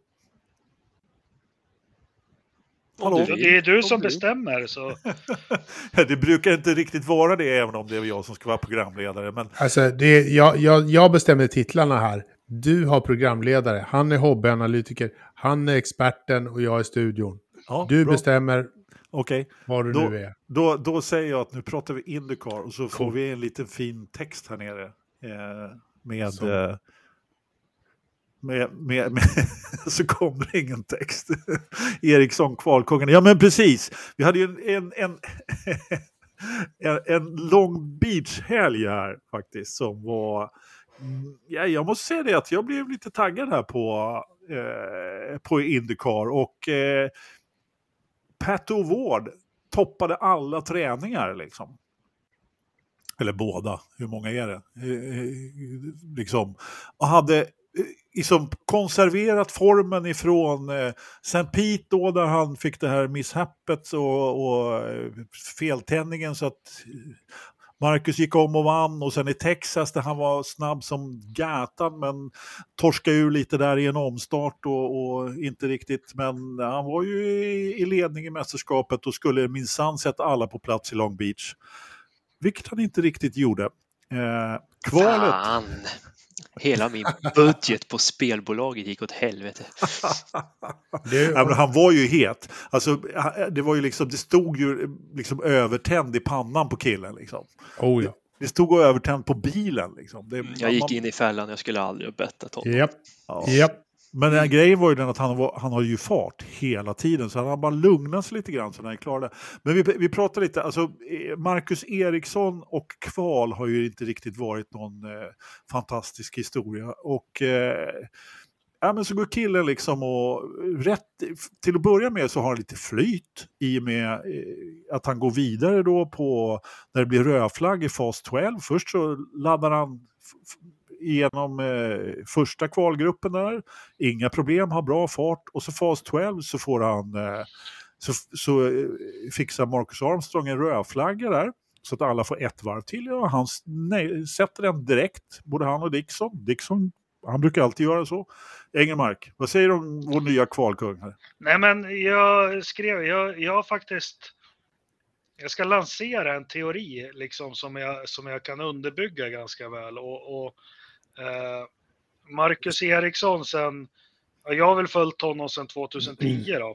Hallå? Så det är du som Om du- bestämmer. Så. Det brukar inte riktigt vara det, även om det är jag som ska vara programledare. Men Alltså, det är, jag, jag, jag bestämmer titlarna här. Du har programledare, han är hobbyanalytiker, han är experten och jag är studion. ja, Du bra. bestämmer Okej, vad du Då- nu är. då, då säger jag att nu pratar vi Indycar och så får Cool. vi en liten fin text här nere. Eh, med, Så. eh, med, med, med så kommer det ingen text. Eriksson, kvalkungen. Ja, men precis. Vi hade ju en, en, en, en, en Long Beach-helg här faktiskt som var... Ja, jag måste säga det att jag blev lite taggad här på, eh, på Indycar och eh, Pat O'Ward toppade alla träningar liksom. Eller båda, hur många är det? Eh, eh, liksom. Och hade eh, liksom konserverat formen ifrån eh, Saint Pete då, där han fick det här misshappet och, och eh, feltändningen så att Marcus gick om och vann, och sen i Texas där han var snabb som gatan men torskade ur lite där i en omstart och, och inte riktigt, men han var ju i, i ledning i mästerskapet och skulle minsann sätta alla på plats i Long Beach. Vilket han inte riktigt gjorde. Eh, kvalet. Fan. Hela min budget på spelbolaget gick åt helvete. Det, Ja, men han var ju het. Alltså, det var ju liksom, det stod ju liksom övertänd i pannan på killen liksom. oh ja. Det stod och övertänd på bilen liksom. Det, Jag gick man- in i fällan, jag skulle aldrig ha bettat honom. Japp, Ja. japp. Men den här grejen var ju den att han, var, han har ju fart hela tiden, så han har bara lugnat sig lite grann så när han klarade. Men vi, vi pratar lite, alltså Marcus Eriksson och kval har ju inte riktigt varit någon eh, fantastisk historia. Och eh, ja, men så går killen liksom och rätt, till att börja med så har han lite flyt i och med eh, att han går vidare då på, när det blir rödflagg i fas tolv. Först så laddar han f- f- genom eh, första kvalgruppen där, inga problem, har bra fart, och så fas tolv så får han eh, så, så eh, fixar Marcus Armstrong en rödflagga där så att alla får ett varv till, och han s- nej, sätter den direkt, både han och Dixon Dixon, han brukar alltid göra så. Engelmark, vad säger du om vår nya kvalkung här? Nej, men jag skrev, jag, jag har faktiskt, jag ska lansera en teori liksom som jag, som jag kan underbygga ganska väl. Och, och eh, Marcus Eriksson sen, ja, jag har väl följt honom sedan tjugohundratio då,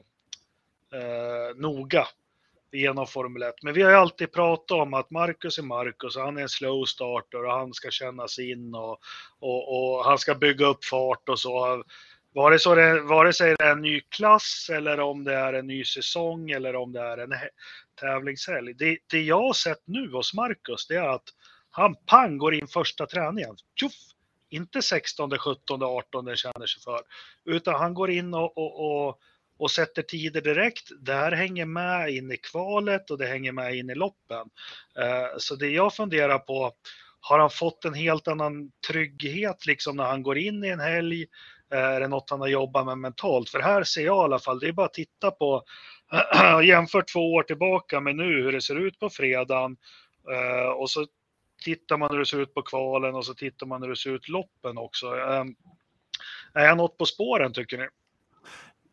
eh, noga genom Formel ett. Men vi har ju alltid pratat om att Marcus är Marcus och han är en slow starter och han ska kännas in och, och, och han ska bygga upp fart och så. Vare sig, det, vare sig det är en ny klass eller om det är en ny säsong eller om det är en he- tävlingshelg. Det, det jag har sett nu hos Marcus, det är att han pang går in första träningen. Tjuff! Inte sextonde, sjuttonde, artonde känner sig för. Utan han går in och, och, och, och sätter tider direkt. Det här hänger med in i kvalet och det hänger med in i loppen. Eh, så det jag funderar på, har han fått en helt annan trygghet liksom när han går in i en helg? Är det något han har jobbat med mentalt? För här ser jag i alla fall, det är bara att titta på, jämför två år tillbaka med nu hur det ser ut på fredagen. Eh, och så tittar man hur det ser ut på kvalen och så tittar man hur det ser ut loppen också. Eh, är jag något på spåren tycker ni?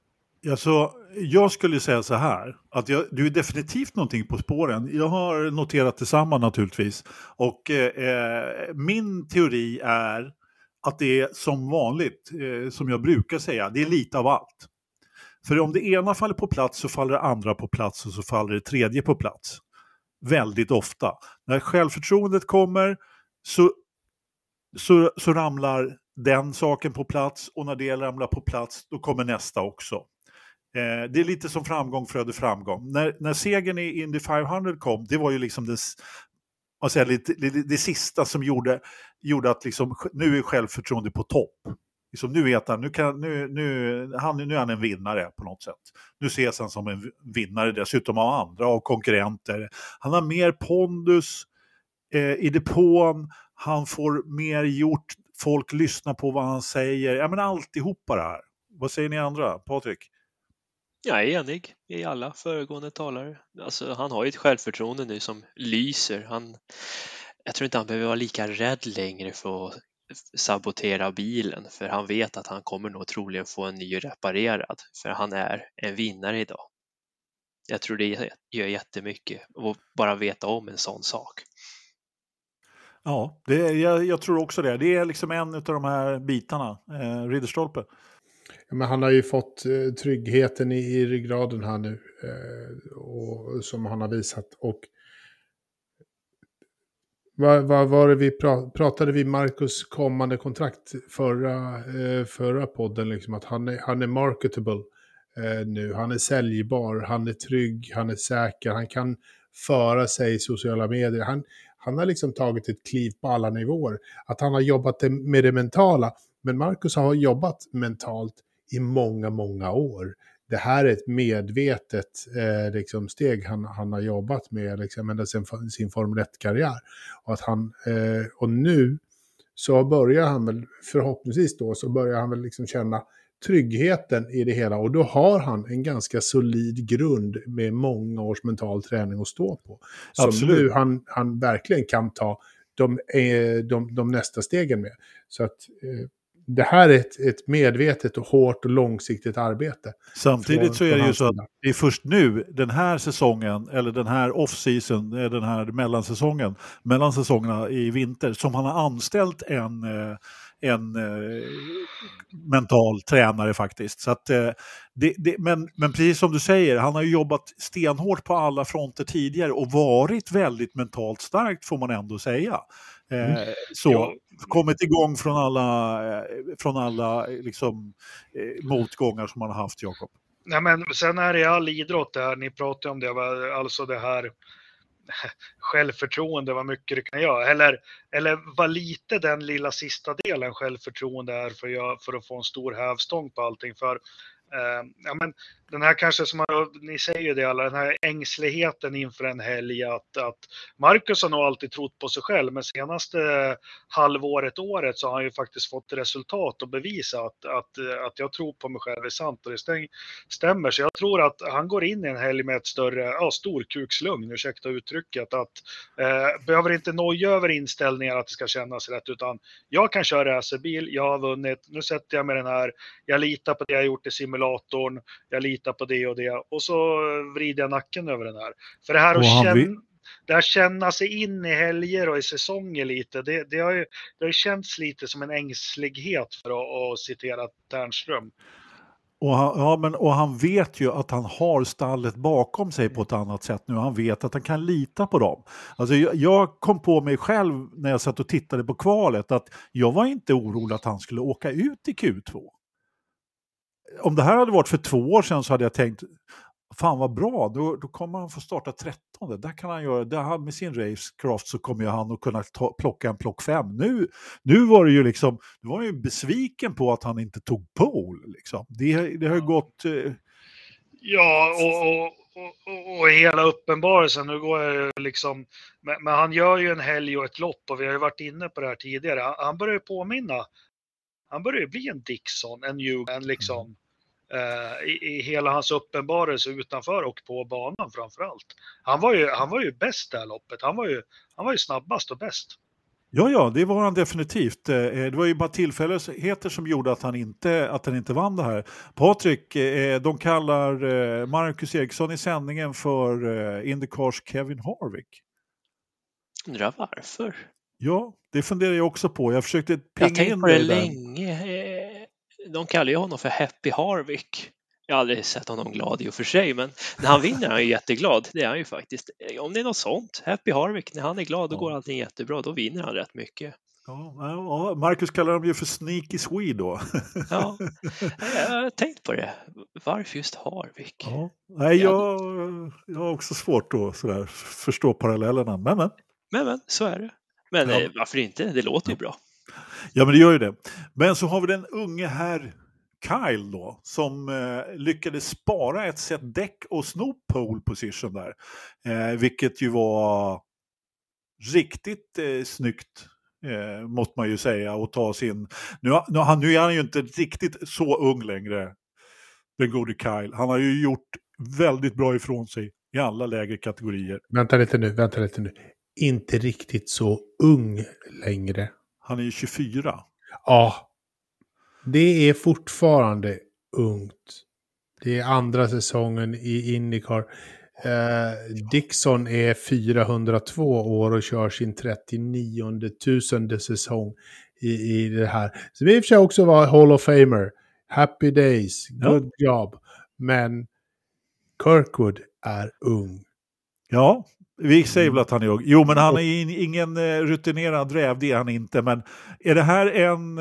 Alltså, jag skulle säga så här, att jag, du är definitivt någonting på spåren. Jag har noterat detsamma naturligtvis. Och eh, min teori är att det är som vanligt, eh, som jag brukar säga, det är lite av allt. För om det ena faller på plats så faller det andra på plats och så faller det tredje på plats. Väldigt ofta. När självförtroendet kommer så, så, så ramlar den saken på plats, och när det ramlar på plats då kommer nästa också. Eh, det är lite som framgång föder framgång. När, när segern i Indy femhundra kom, det var ju liksom det, alltså, lite, det, det sista som gjorde, gjorde att liksom, nu är självförtroende på topp. Liksom, nu vet han, nu, kan, nu, nu, han, nu är han en vinnare på något sätt. Nu ses han som en vinnare dessutom av andra, av konkurrenter. Han har mer pondus eh, i depån, han får mer gjort, folk lyssnar på vad han säger. Ja, men alltihopa det här. Vad säger ni andra, Patrik? Jag är enig i alla föregående talare. Alltså, han har ju ett självförtroende nu som lyser. Han, jag tror inte han behöver vara lika rädd längre för att sabotera bilen, för han vet att han kommer nog troligen få en ny reparerad, för han är en vinnare idag. Jag tror det gör jättemycket att bara veta om en sån sak. Ja, det, jag, jag tror också det. Det är liksom en av de här bitarna, eh, Ridderstolpe. Ja, men han har ju fått eh, tryggheten i, i ryggraden här nu, eh, och, som han har visat. Och vad, vad var det vi pra, pratade vi Marcus kommande kontrakt förra, eh, förra podden, liksom, att han är, han är marketable eh, nu. Han är säljbar, han är trygg, han är säker, han kan föra sig i sociala medier. Han, han har liksom tagit ett kliv på alla nivåer. Att han har jobbat med det mentala, men Marcus har jobbat mentalt i många, många år. Det här är ett medvetet eh, liksom steg han, han har jobbat med liksom, ända sin, sin Formel ett-karriär. Och, att han, eh, och nu så börjar han väl, förhoppningsvis då, så börjar han väl liksom känna tryggheten i det hela. Och då har han en ganska solid grund med många års mental träning att stå på. Som Absolut. nu han, han verkligen kan ta de, eh, de, de nästa stegen med. Så att eh, det här är ett, ett medvetet och hårt och långsiktigt arbete. Samtidigt från, så är det ju så att det är först nu, den här säsongen, eller den här off-season, den här mellansäsongen, mellan säsongerna i vinter, som han har anställt en, en mental tränare faktiskt. Så att, det, det, men, men precis som du säger, han har ju jobbat stenhårt på alla fronter tidigare och varit väldigt mentalt starkt, får man ändå säga. Eh, så ja. Kommit igång från alla, eh, från alla liksom, eh, motgångar som man har haft, Jakob. Nej, men sen är det all idrott där, ni pratar om det, alltså det här självförtroende, vad mycket det kan göra, eller, eller vad lite den lilla sista delen självförtroende är för, jag, för att få en stor hävstång på allting. För Uh, ja, men den här kanske, som ni säger det alla, den här ängsligheten inför en helg, att, att Marcus har nog alltid trott på sig själv, men senaste halvåret, året, så har han ju faktiskt fått resultat och bevisa att, att, att jag tror på mig själv är sant, och det stämmer. Så jag tror att han går in i en helg med ett större, ja, storkukslugn, ursäkta uttrycket, att uh, behöver inte noja över inställningar att det ska kännas rätt, utan jag kan köra racerbil, jag har vunnit, nu sätter jag med den här, jag litar på det jag gjort i simulatorn, jag litar på det och det, och så vrider jag nacken över den här. För det här att känna, vill... det här känna sig in i helger och i säsonger lite, det, det, har ju, det har ju känts lite som en ängslighet, för att, att citera Ternström. Och han, ja, men, och han vet ju att han har stallet bakom sig på ett annat sätt nu. Han vet att han kan lita på dem. Alltså, jag, jag kom på mig själv när jag satt och tittade på kvalet att jag var inte orolig att han skulle åka ut i Q två. Om det här hade varit för två år sedan så hade jag tänkt, fan vad bra, då, då kommer han få starta trettonde. Där kan han göra, där med sin racecraft så kommer han att kunna ta, plocka en plock fem. Nu, nu var det ju liksom, du var ju besviken på att han inte tog pole. Liksom. Det, det har ju gått... Eh... Ja, och, och, och, och hela uppenbarelsen, nu går jag liksom, men, men han gör ju en helg och ett lopp, och vi har ju varit inne på det här tidigare. Han, han börjar ju påminna, han börjar ju bli en Dixon, en Newman liksom. Uh, i, i hela hans uppenbarelse utanför och på banan framförallt. Han var ju, han var ju bäst det här loppet. Han var ju, han var ju snabbast och bäst. Ja, ja, det var han definitivt. Eh, Det var ju bara tillfälligheter som gjorde att han inte, att han inte vann det här. Patrik, eh, de kallar eh, Marcus Eriksson i sändningen för eh, Indycars Kevin Harvick. Undrar varför? Ja, det funderar jag också på. Jag försökte Jag har pinga tänkt in på det dig där. länge. Eh, De kallar ju honom för Happy Harvick. Jag har aldrig sett honom glad i och för sig, men när han vinner är han ju jätteglad. Det är han ju faktiskt. Om det är något sånt, Happy Harvick, när han är glad då Ja. går allting jättebra. Då vinner han rätt mycket. Ja, ja, Marcus kallar dem ju för Sneaky Swede då. Ja, jag har tänkt på det. Varför just Harvick? Ja. Nej, jag, jag har också svårt att sådär förstå parallellerna. Men, men. Men, men, så är det. Men Ja. eh, varför inte? Det låter ju bra. Ja, men det gör ju det. Men så har vi den unge här Kyle då, som eh, lyckades spara ett set däck och sno pole position där. Eh, vilket ju var riktigt eh, snyggt, eh, måste man ju säga, och ta sin... Nu, nu, han, nu är han ju inte riktigt så ung längre, den gode Kyle. Han har ju gjort väldigt bra ifrån sig i alla lägre kategorier. Vänta lite nu, vänta lite nu. Inte riktigt så ung längre. Han är ju tjugofyra. Ja, det är fortfarande ungt. Det är andra säsongen i IndyCar. Eh, Dixon är fyrahundratvå år och kör sin trettionionde tusende säsong i, i det här. Så vi får också vara Hall of Famer. Happy days, good ja. job. Men Kirkwood är ung. Ja, vi säger väl att han är ung. Jo, men han är ingen rutinerad räv, det är han inte. Men är det här en,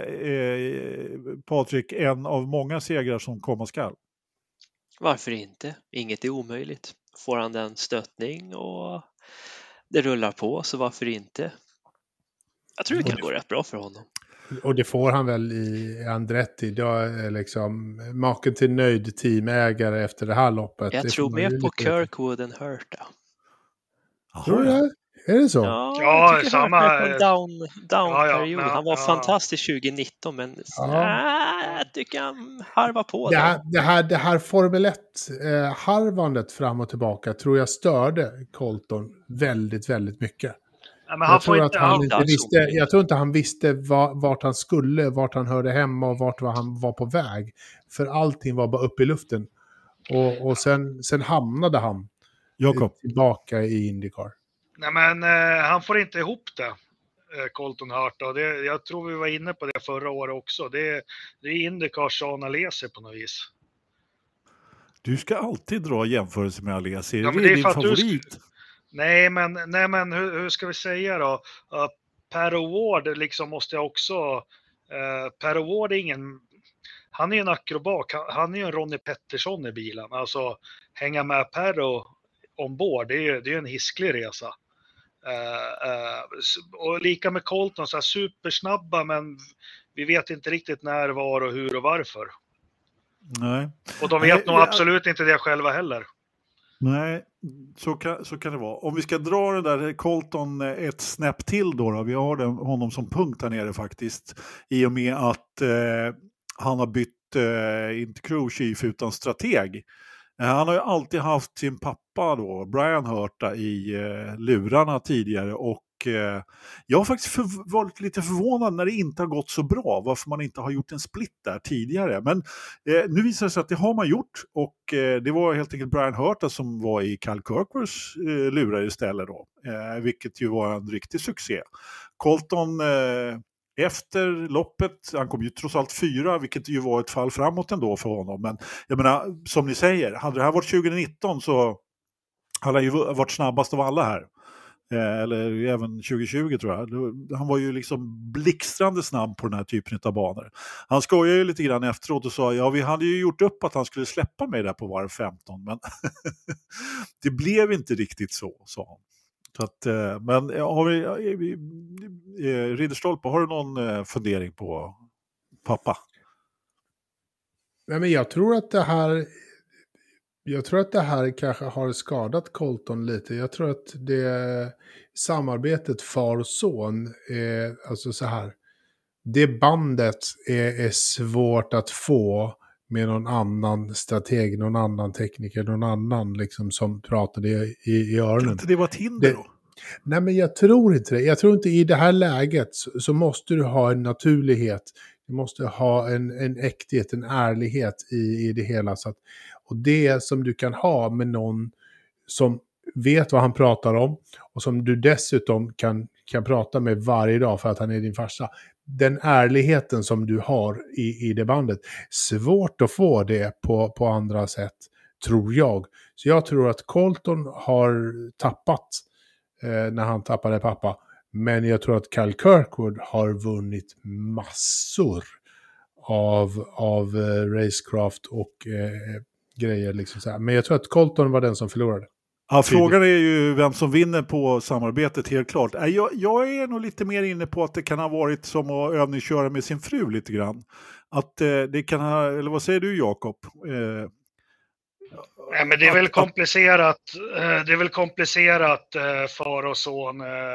eh, Patrik, en av många segrar som komma skall? Varför inte? Inget är omöjligt. Får han den stöttning och det rullar på, så varför inte? Jag tror det kan gå rätt bra för honom. Och det får han väl i Andretti. Då är liksom maken till nöjd teamägare efter det här loppet. Jag det tror mer på lite... Kirkwood än Hurta. Tror du det? Är det så? Ja, ja jag tycker samma... Hurta är på down, down ja, ja, period. men, Han var ja. fantastisk tjugonitton, men Ja. nej, jag tycker han harvar på det. det. Här, det, här, det här Formel ett-harvandet fram och tillbaka tror jag störde Colton väldigt, väldigt mycket. Ja, men han jag, får tror inte, att han han, inte visste, jag tror inte han visste var, vart han skulle, vart han hörde hemma och vart han var på väg. För allting var bara uppe i luften. Och, och sen, sen hamnade han Jakob. tillbaka i IndyCar. Nej, men eh, han får inte ihop det, eh, Colton Hurta. Och det, jag tror vi var inne på det förra året också. Det, det är IndyCars Sean Alesi på något vis. Du ska alltid dra jämförelse med Alesi. Ja, det är, det är din för att du favorit. Ska... Nej, men, nej, men hur, hur ska vi säga då? Uh, Per Award liksom måste jag också... Uh, Per Award är ingen... Han är en akrobat. Han, han är ju en Ronnie Pettersson i bilen. Alltså, hänga med Perro ombord, det är ju en hisklig resa. Uh, uh, och lika med Colton, så här supersnabba, men vi vet inte riktigt när, var och hur och varför. Nej. Och de vet Nej, nog jag... absolut inte det själva heller. Nej, så kan, så kan det vara. Om vi ska dra det där Colton ett snäpp till då, då vi har den, honom som punkt här nere faktiskt, i och med att eh, han har bytt eh, inte crew chief utan strateg. Eh, han har ju alltid haft sin pappa då, Brian Hurta, i eh, lurarna tidigare, och eh, jag har faktiskt för, varit lite förvånad när det inte har gått så bra, varför man inte har gjort en split där tidigare. Men eh, nu visar det sig att det har man gjort, och eh, det var helt enkelt Brian Hurta som var i Kyle Kirkworths eh, lurar istället då, eh, vilket ju var en riktig succé. Colton eh, efter loppet, han kom ju trots allt fyra, vilket ju var ett fall framåt ändå för honom. Men jag menar, som ni säger, hade det här varit tjugonitton så hade han ju varit snabbast av alla här. Eh, eller även tjugohundratjugo tror jag. Han var ju liksom blixtrande snabb på den här typen av banor. Han skojade ju lite grann efteråt och sa, ja, vi hade ju gjort upp att han skulle släppa mig där på varv femton, men det blev inte riktigt så, sa han. Så att, men har vi, eh, Ridderstolpe, har du någon fundering på pappa? Nej, men jag tror att det här jag tror att det här kanske har skadat Colton lite. Jag tror att det samarbetet far och son är alltså så här. Det bandet är, är svårt att få med någon annan strateg, någon annan tekniker, någon annan liksom som pratade i, i öronen. Kan inte det vara ett hinder det, då? Nej, men jag tror inte det. Jag tror inte i det här läget så, så måste du ha en naturlighet. Du måste ha en, en äkthet, en ärlighet i, i det hela. Så att, och det som du kan ha med någon som vet vad han pratar om och som du dessutom kan, kan prata med varje dag för att han är din farsa. Den ärligheten som du har i, i det bandet. Svårt att få det på, på andra sätt, tror jag. Så jag tror att Colton har tappat eh, när han tappade pappa. Men jag tror att Kyle Kirkwood har vunnit massor av, av eh, racecraft och eh, grejer. Liksom så här. Men jag tror att Colton var den som förlorade. Ja, frågan är ju vem som vinner på samarbetet, helt klart. Jag, jag är nog lite mer inne på att det kan ha varit som att övningsköra med sin fru lite grann. Att eh, det kan ha, eller vad säger du, Jakob? Eh, Nej, men det är väl komplicerat. Det är väl komplicerat far och son.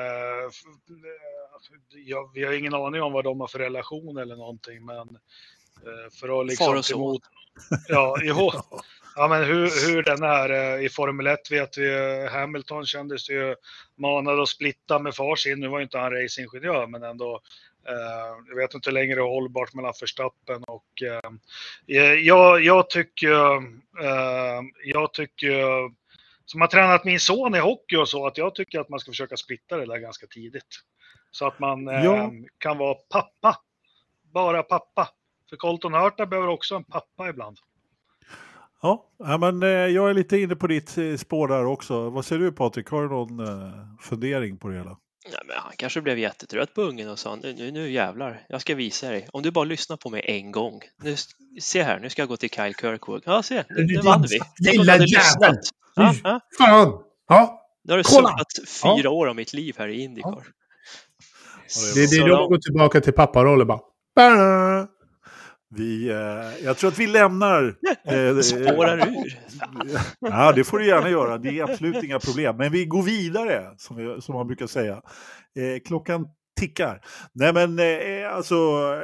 Jag, vi har ingen aning om vad de har för relation eller någonting, men för att liksom far och son. Ja, jo. Ja, men hur, hur den är i Formel ett vet vi. Hamilton kändes ju manad att splitta med far sin. Nu var ju inte han racingingenjör, men ändå. Uh, jag vet inte hur länge det är hållbart mellan Verstappen och uh, jag, jag tycker uh, jag tycker som har tränat min son i hockey och så, att jag tycker att man ska försöka splitta det där ganska tidigt så att man uh, ja. kan vara pappa, bara pappa, för Colton Herta behöver också en pappa ibland. Ja, men uh, jag är lite inne på ditt uh, spår där också. Vad säger du, Patrik? Har du någon uh, fundering på det hela? Nej, men han kanske blev jättetrött på ungen och sa nu, nu, nu jävlar, jag ska visa dig. Om du bara lyssnar på mig en gång. Nu, se här, nu ska jag gå till Kyle Kirkwood. Ja, se, nu, nu vann vi. Tänk om du hade lyssnat. Ja, ja. Fan! Ja, nu har du suttit fyra ja. år av mitt liv här i IndyCar. Ja. Det är det de går tillbaka till papparollen bara. Bah! Vi, eh, jag tror att vi lämnar... Eh, Spårar ur. Ja, det får du gärna göra. Det är absolut inga problem. Men vi går vidare, som, vi, som man brukar säga. Eh, klockan tickar. Nej, men eh, alltså...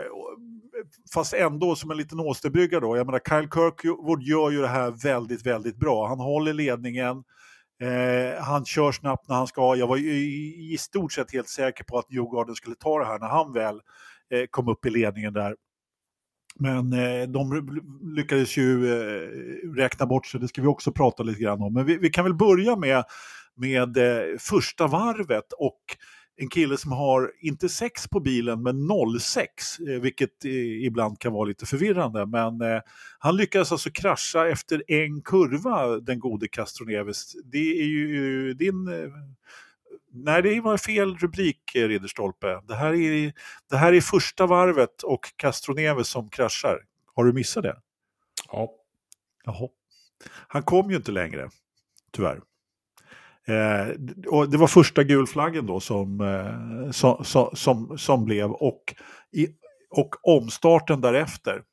Fast ändå som en liten åsterbrygga då. Jag menar, Kyle Kirkwood gör ju det här väldigt, väldigt bra. Han håller ledningen. Eh, han kör snabbt när han ska. Jag var ju i, i stort sett helt säker på att Newgarden skulle ta det här när han väl eh, kom upp i ledningen där. Men eh, de lyckades ju eh, räkna bort sig, det ska vi också prata lite grann om. Men vi, vi kan väl börja med, med eh, första varvet och en kille som har inte sex på bilen men noll sex, eh, vilket eh, ibland kan vara lite förvirrande. Men eh, han lyckades alltså krascha efter en kurva, den gode Castroneves. Det är ju din... Eh, Nej, det var fel rubrik, Ridderstolpe. Det här är, det här är första varvet och Castroneves som kraschar. Har du missat det? Ja. Jaha. Han kom ju inte längre, tyvärr. Eh, och det var första gulflaggen då som, eh, som, som, som, som blev. Och, i, och omstarten därefter.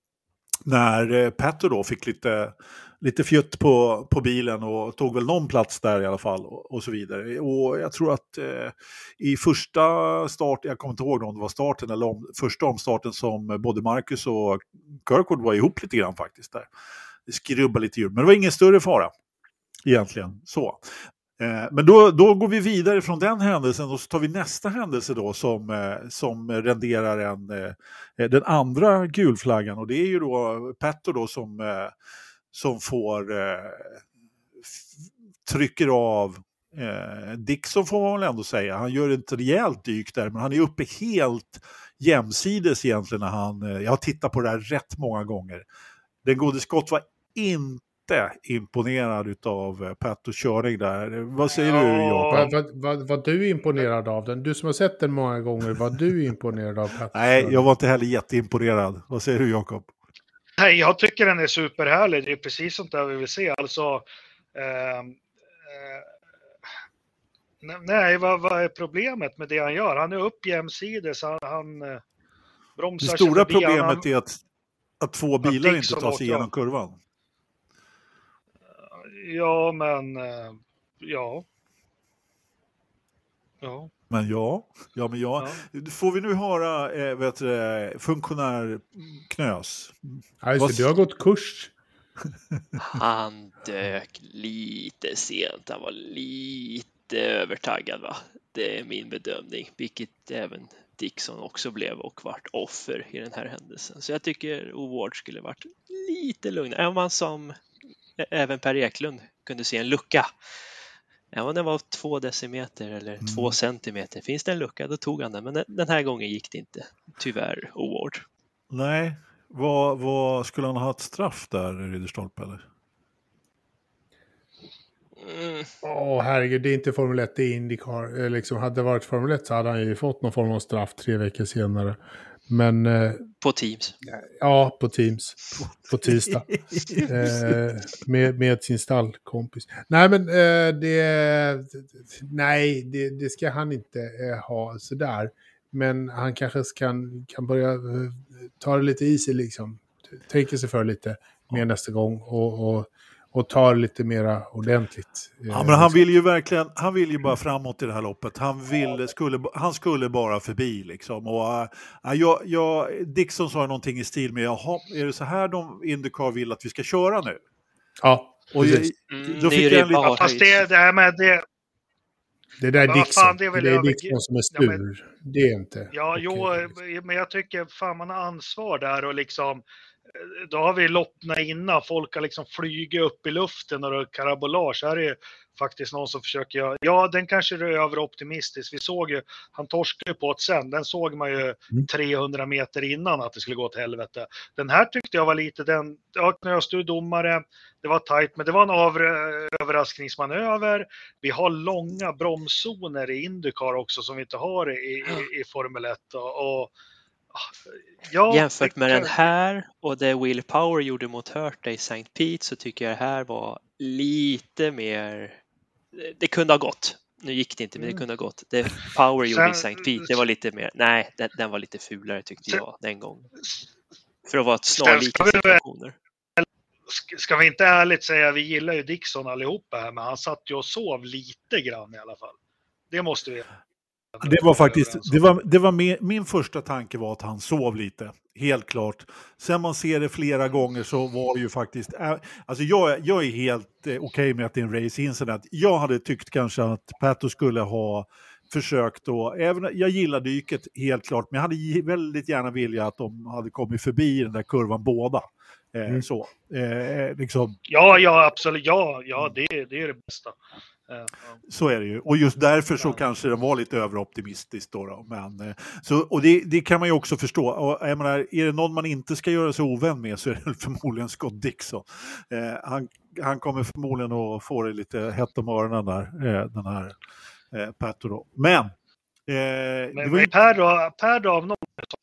När eh, Pato då fick lite... lite fjutt på, på bilen och tog väl någon plats där i alla fall och, och så vidare. Och jag tror att eh, i första start, jag kommer inte ihåg om det var starten eller om, första omstarten som både Marcus och Kirkwood var ihop lite grann faktiskt där. Det skrubbade lite djur, men det var ingen större fara egentligen så. Eh, men då, då går vi vidare från den händelsen och så tar vi nästa händelse då som, eh, som renderar en, eh, den andra gulflaggan och det är ju då Pato då som eh, som får eh, f- trycker av eh, Dixon får man väl ändå säga. Han gör ett rejält dyk där men han är uppe helt jämsides egentligen när han, eh, jag har tittat på det här rätt många gånger. Den gode Scott var inte imponerad utav eh, Patos körning där. Vad säger ja, du, Jakob? Vad, vad, vad du är imponerad av den? Du som har sett den många gånger, var du imponerad av Patos? Nej, jag var inte heller jätteimponerad. Vad säger du, Jakob? Nej, jag tycker den är superhärlig. Det är precis sånt där vi vill se. Alltså, eh, eh, nej, vad, vad är problemet med det han gör? Han är upp jämsides, han, han eh, bromsar. Det stora förbi, problemet han, är att, att två bilar inte tar sig igenom kurvan. Ja, men eh, ja. Ja. Men ja, ja men ja. ja. Får vi nu höra eh, vet du, funktionär Knös? Ja, just det, du har gått kurs. Han dök lite sent. Han var lite lite övertaggad, va? Det är min bedömning, vilket även Dixon också blev och vart offer i den här händelsen. Så jag tycker O'Ward skulle varit lite lugnare. Även man som även Per Eklund kunde se en lucka. Även det var två decimeter eller mm. två centimeter. Finns det en lucka, då tog han den. Men den här gången gick det inte. Tyvärr, O'Ward. Nej, vad, vad skulle han ha ett straff där, Ridderstolpe, eller? Åh, mm. oh, herregud, det är inte Formel ett, det är IndyCar. Liksom, hade det varit Formel ett så hade han ju fått någon form av straff tre veckor senare. Men... Eh, på Teams. Ja, på Teams. På tisdag. eh, med, med sin stallkompis. Nej, men eh, det... Nej, det, det ska han inte eh, ha sådär. Men han kanske kan, kan börja eh, ta det lite i sig liksom. Tänka sig för lite mer nästa gång och... och och tar lite mera ordentligt. Ja, men han vill ju verkligen, han vill ju bara framåt i det här loppet. Han ville, skulle, han skulle bara förbi liksom. Och äh, jag, jag, Dixon sa någonting i stil med, jaha, är det så här de IndyCar vill att vi ska köra nu? Ja, och jag, mm, då fick jag en liten... Fast det, det här med det... Det där är Dixon, fan, det är, det är Dixon som är stur. Ja, men, det är inte. Ja, okay. Jo, men jag tycker fan man har ansvar där och liksom... Då har vi loppna innan, folk har liksom flugit upp i luften och det är karabolage. Här är faktiskt någon som försöker göra, ja den kanske är överoptimistisk. Vi såg ju, han torskade på ett sen, den såg man ju mm. trehundra meter innan att det skulle gå åt helvete. Den här tyckte jag var lite den, ja, när jag stod domare, det var tajt, men det var en av, överraskningsmanöver. Vi har långa bromszoner i IndyCar också som vi inte har i, i, i Formel ett och, och Ja, jämfört med kan... den här och det Will Power gjorde mot Hurta i Saint Pete så tycker jag det här var lite mer, det kunde ha gått, nu gick det inte men det kunde ha gått, det Power gjorde Sen... i Saint Pete det var lite mer, nej den, den var lite fulare tyckte jag den gången för att vara ett snarlika situationer. Ska vi inte ärligt säga, vi gillar ju Dixon allihopa här, men han satt ju och sov lite grann i alla fall, det måste vi. Det var faktiskt, det var, det var med, min första tanke var att han sov lite, helt klart. Sen man ser det flera gånger så var det ju faktiskt, alltså jag, jag är helt okej okay med att det är en race incident. Jag hade tyckt kanske att Pato skulle ha försökt då, även, jag gillar dyket helt klart, men jag hade väldigt gärna vilja att de hade kommit förbi den där kurvan båda. Eh, mm. Så, eh, liksom. Ja, ja, absolut, ja, ja det, det är det bästa. Så är det ju. Och just därför så kanske det var lite överoptimistiskt då. då. Men, så, och det, det kan man ju också förstå. Och, jag menar, är det någon man inte ska göra sig ovän med så är det förmodligen Scott Dixon. Eh, han, han kommer förmodligen att få det lite hett om öronen där, eh, den här eh, Pato då. Men... Eh, men, det var men ju... Per då, Per då av någon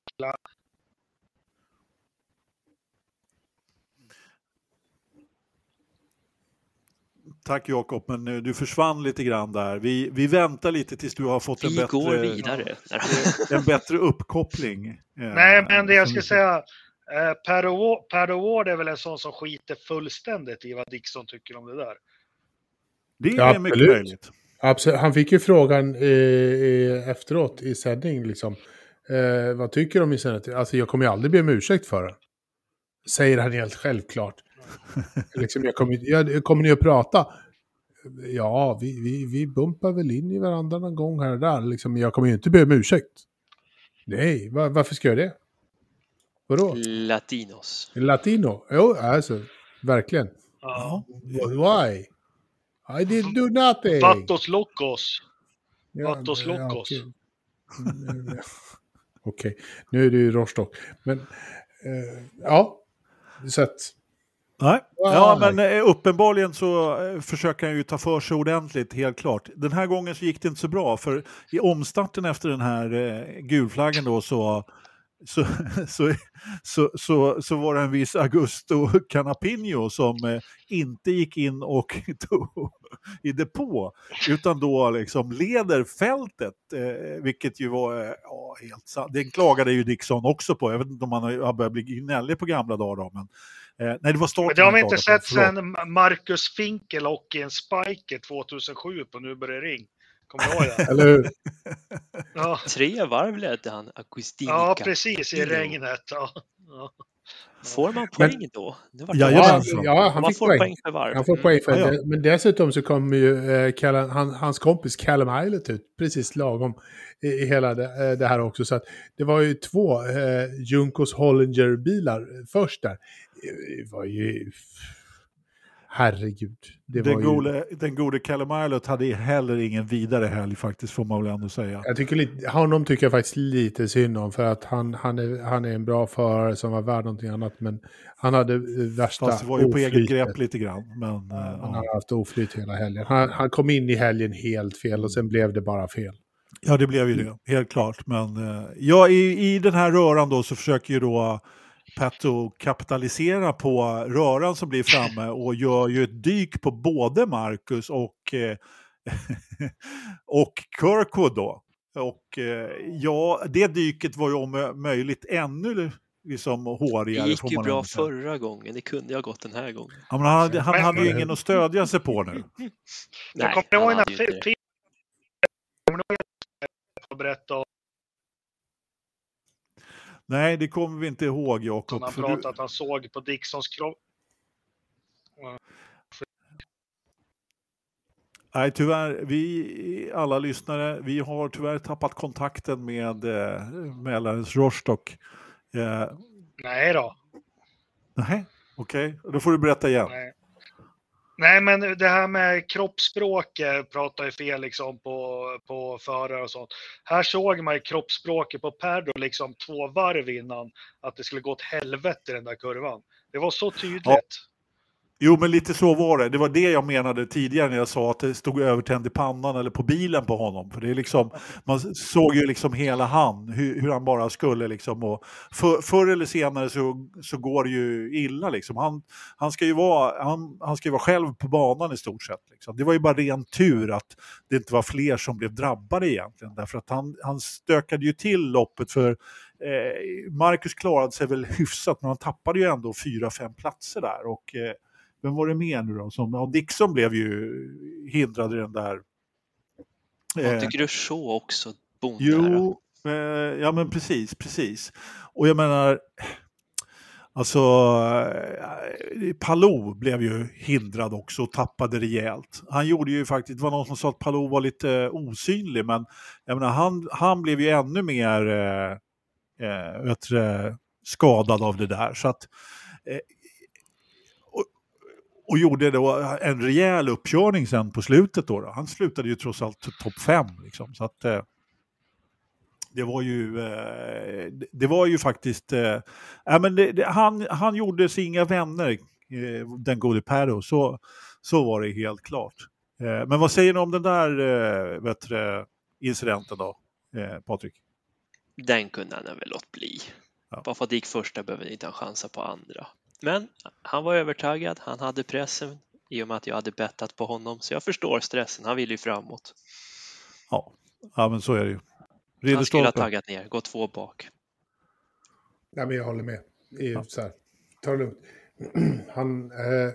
Tack Jakob, men du försvann lite grann där. Vi, vi väntar lite tills du har fått en vi bättre, går vidare. en bättre uppkoppling. Nej, men det jag ska säga, Per O'Ward är väl en sån som skiter fullständigt i vad Dixon tycker om det där. Det är ja, mycket möjligt. Absolut. Han fick ju frågan eh, efteråt i sändning liksom. Eh, vad tycker de i sändning? Alltså jag kommer ju aldrig be om ursäkt för det. Säger han helt självklart. liksom, jag kommer, jag, kommer ni att prata? Ja, vi, vi, vi bumpar väl in i varandra någon gång här och där. Liksom, jag kommer ju inte be om ursäkt. Nej, var, varför ska jag det? Vadå? Latinos. Latino? Jo, alltså, verkligen. Ja. Why? I didn't do nothing. Vatos locos. Ja, Vatos locos. Ja, okej, okay. okay. Nu är det ju Rostock. Men, eh, ja, så att... Nej. Ja, men uppenbarligen så försöker han ju ta för sig ordentligt, helt klart. Den här gången så gick det inte så bra, för i omstarten efter den här eh, gulflaggen då så, så, så, så, så, så var det en viss Augusto Canapino som eh, inte gick in och tog i depå, utan då liksom leder fältet, eh, vilket ju var eh, ja, helt sant. Den klagade ju Dixon också på. Jag vet inte om han har börjat bli gnällig på gamla dagar då, men Eh, nej, det var starten. Men det har vi inte sett sen Marcus Finkel och en Spiker tjugohundrasju på Nu börjar ring. Kommer du ihåg det? Eller hur? Ja. Tre varv ledde han Agustini. Ja, precis, i regnet. Ja. Ja. Får man poäng men, då? Det var ja, ja, ja, han man fick får poäng. poäng för varv. Han får poäng för mm. det. Men dessutom så kom ju eh, Callum, han, hans kompis Callum Eilert ut precis lagom i, i hela det, det här också. Så att det var ju två eh, Junkos Hollinger-bilar först där. Det var ju... Herregud. Det den, var ju... gode, den gode Callum Eilert hade heller ingen vidare helg faktiskt, får man väl ändå säga. Jag tycker lite, honom tycker jag faktiskt lite synd om, för att han, han, är, han är en bra förare som var värd någonting annat, men han hade värsta Fast det var ju på oflytet. eget grepp lite grann. Men, han ja. hade haft oflyt hela helgen. Han, han kom in i helgen helt fel och sen blev det bara fel. Ja, det blev ju det, helt klart. Men ja, i, i den här röran då så försöker ju då Pato kapitalisera på röran som blir framme och gör ju ett dyk på både Marcus och, eh, och Kirkwood då. Och eh, ja, det dyket var ju om möjligt ännu liksom hårigare. Det gick ju bra säga. Förra gången, det kunde jag gått den här gången. Ja, men han hade, han hade ju ingen att stödja sig på nu. Nej, jag kommer ihåg när Peter berätta. Nej, det kommer vi inte ihåg, Jakob. Han pratade du... att han såg på Dixons kropp. Nej, tyvärr, vi alla lyssnare, vi har tyvärr tappat kontakten med eh, Mälarens Rostock. Eh... Nej då. Nej, okej. Okay. Då får du berätta igen. Nej. Nej, men det här med kroppsspråk pratar ju fel liksom på, på förare och sånt. Här såg man ju kroppsspråket på Perdo liksom två varv innan att det skulle gå åt helvete i den där kurvan. Det var så tydligt. Ja. Jo, men lite så var det. Det var det jag menade tidigare när jag sa att det stod övertänd i pannan eller på bilen på honom. För det är liksom, man såg ju liksom hela han, hur, hur han bara skulle liksom. Och för, förr eller senare så, så går det ju illa liksom. Han, han, ska ju vara, han, han ska ju vara själv på banan i stort sett. Liksom. Det var ju bara ren tur att det inte var fler som blev drabbade egentligen. Därför att han, han stökade ju till loppet för eh, Marcus klarade sig väl hyfsat, men han tappade ju ändå fyra, fem platser där. Och eh, vem var det mer nu då? Som, ja, Dixon blev ju hindrad i den där. Jag tycker du så också, Bon. Jo, eh, ja men precis, precis. Och jag menar, alltså, eh, Palou blev ju hindrad också och tappade rejält. Han gjorde ju faktiskt, det var någon som sa att Palou var lite eh, osynlig, men jag menar, han, han blev ju ännu mer eh, eh, vet du, skadad av det där. Så att eh, Och gjorde då en rejäl uppkörning sen på slutet då. då. Han slutade ju trots allt topp fem. Liksom. Så att eh, det var ju eh, det var ju faktiskt eh, äh, men det, det, han, han gjorde sig inga vänner, eh, den gode Perro. Så, så var det helt klart. Eh, men vad säger ni om den där eh, vet du, incidenten då, eh, Patrik? Den kunde han väl låt bli. Ja. Bara för att det gick första behöver inte han chansa på andra. Men han var övertagad, han hade pressen i och med att jag hade bettat på honom. Så jag förstår stressen, han ville ju framåt. Ja, ja men så är det ju. Ridderstolpe. Han skulle ha taggat ner, gå två bak. Nej, men jag håller med. Det är ja. Så här, ta det lugnt. Han, eh,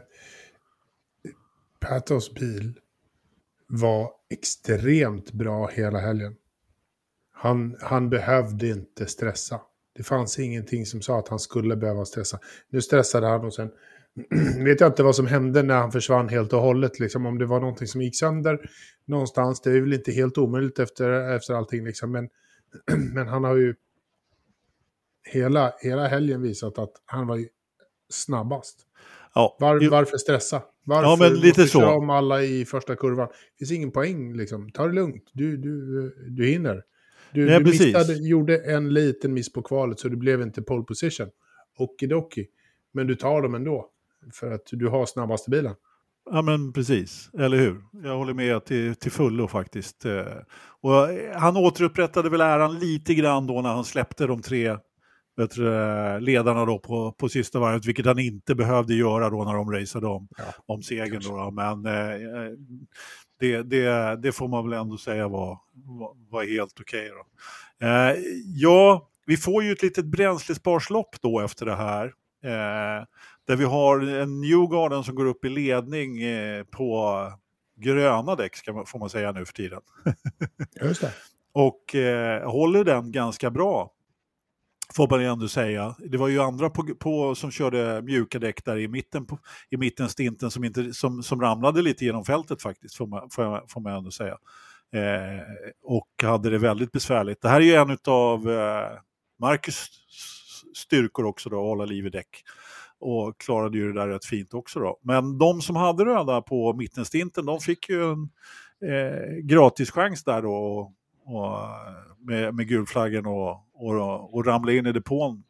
Patos bil var extremt bra hela helgen. Han, han behövde inte stressa. Det fanns ingenting som sa att han skulle behöva stressa. Nu stressade han och sen vet jag inte vad som hände när han försvann helt och hållet. Liksom, om det var någonting som gick sönder någonstans. Det är väl inte helt omöjligt efter, efter allting. Liksom. Men, men han har ju hela, hela helgen visat att han var ju snabbast. Ja. Var, varför stressa? Varför ja, men lite så. köra om alla i första kurvan? Det finns ingen poäng. Liksom. Ta det lugnt. Du, du, du hinner. Du, Nej, du missade, precis. gjorde en liten miss på kvalet så det blev inte pole position. Okidoki. Men du tar dem ändå. För att du har snabbaste bilen. Ja men precis, eller hur? Jag håller med till, till fullo faktiskt. Och han återupprättade väl äran lite grann då när han släppte de tre vet du, ledarna då på, på sista varvet. Vilket han inte behövde göra då när de raceade om, ja, om segern. Då, då. Men eh, det, det, det får man väl ändå säga var, var, var helt okej. Då. Eh, ja, vi får ju ett litet bränslesparslopp då efter det här. Eh, där vi har en Newgarden som går upp i ledning eh, på gröna däck ska man, får man säga nu för tiden. Just det. Och eh, håller den ganska bra. får man ändå säga. Det var ju andra på, på, som körde mjuka däck där i mitten, på, i mitten stinten som, inte, som, som ramlade lite genom fältet faktiskt, får man, får man, får man ändå säga. Eh, och hade det väldigt besvärligt. Det här är ju en av eh, Marcus styrkor också då, att hålla liv i däck. Och klarade ju det där rätt fint också då. Men de som hade röda på mittenstinten, de fick ju en eh, gratis chans där då. Och, och, med, med gulflaggen och, och, och ramla in i depån.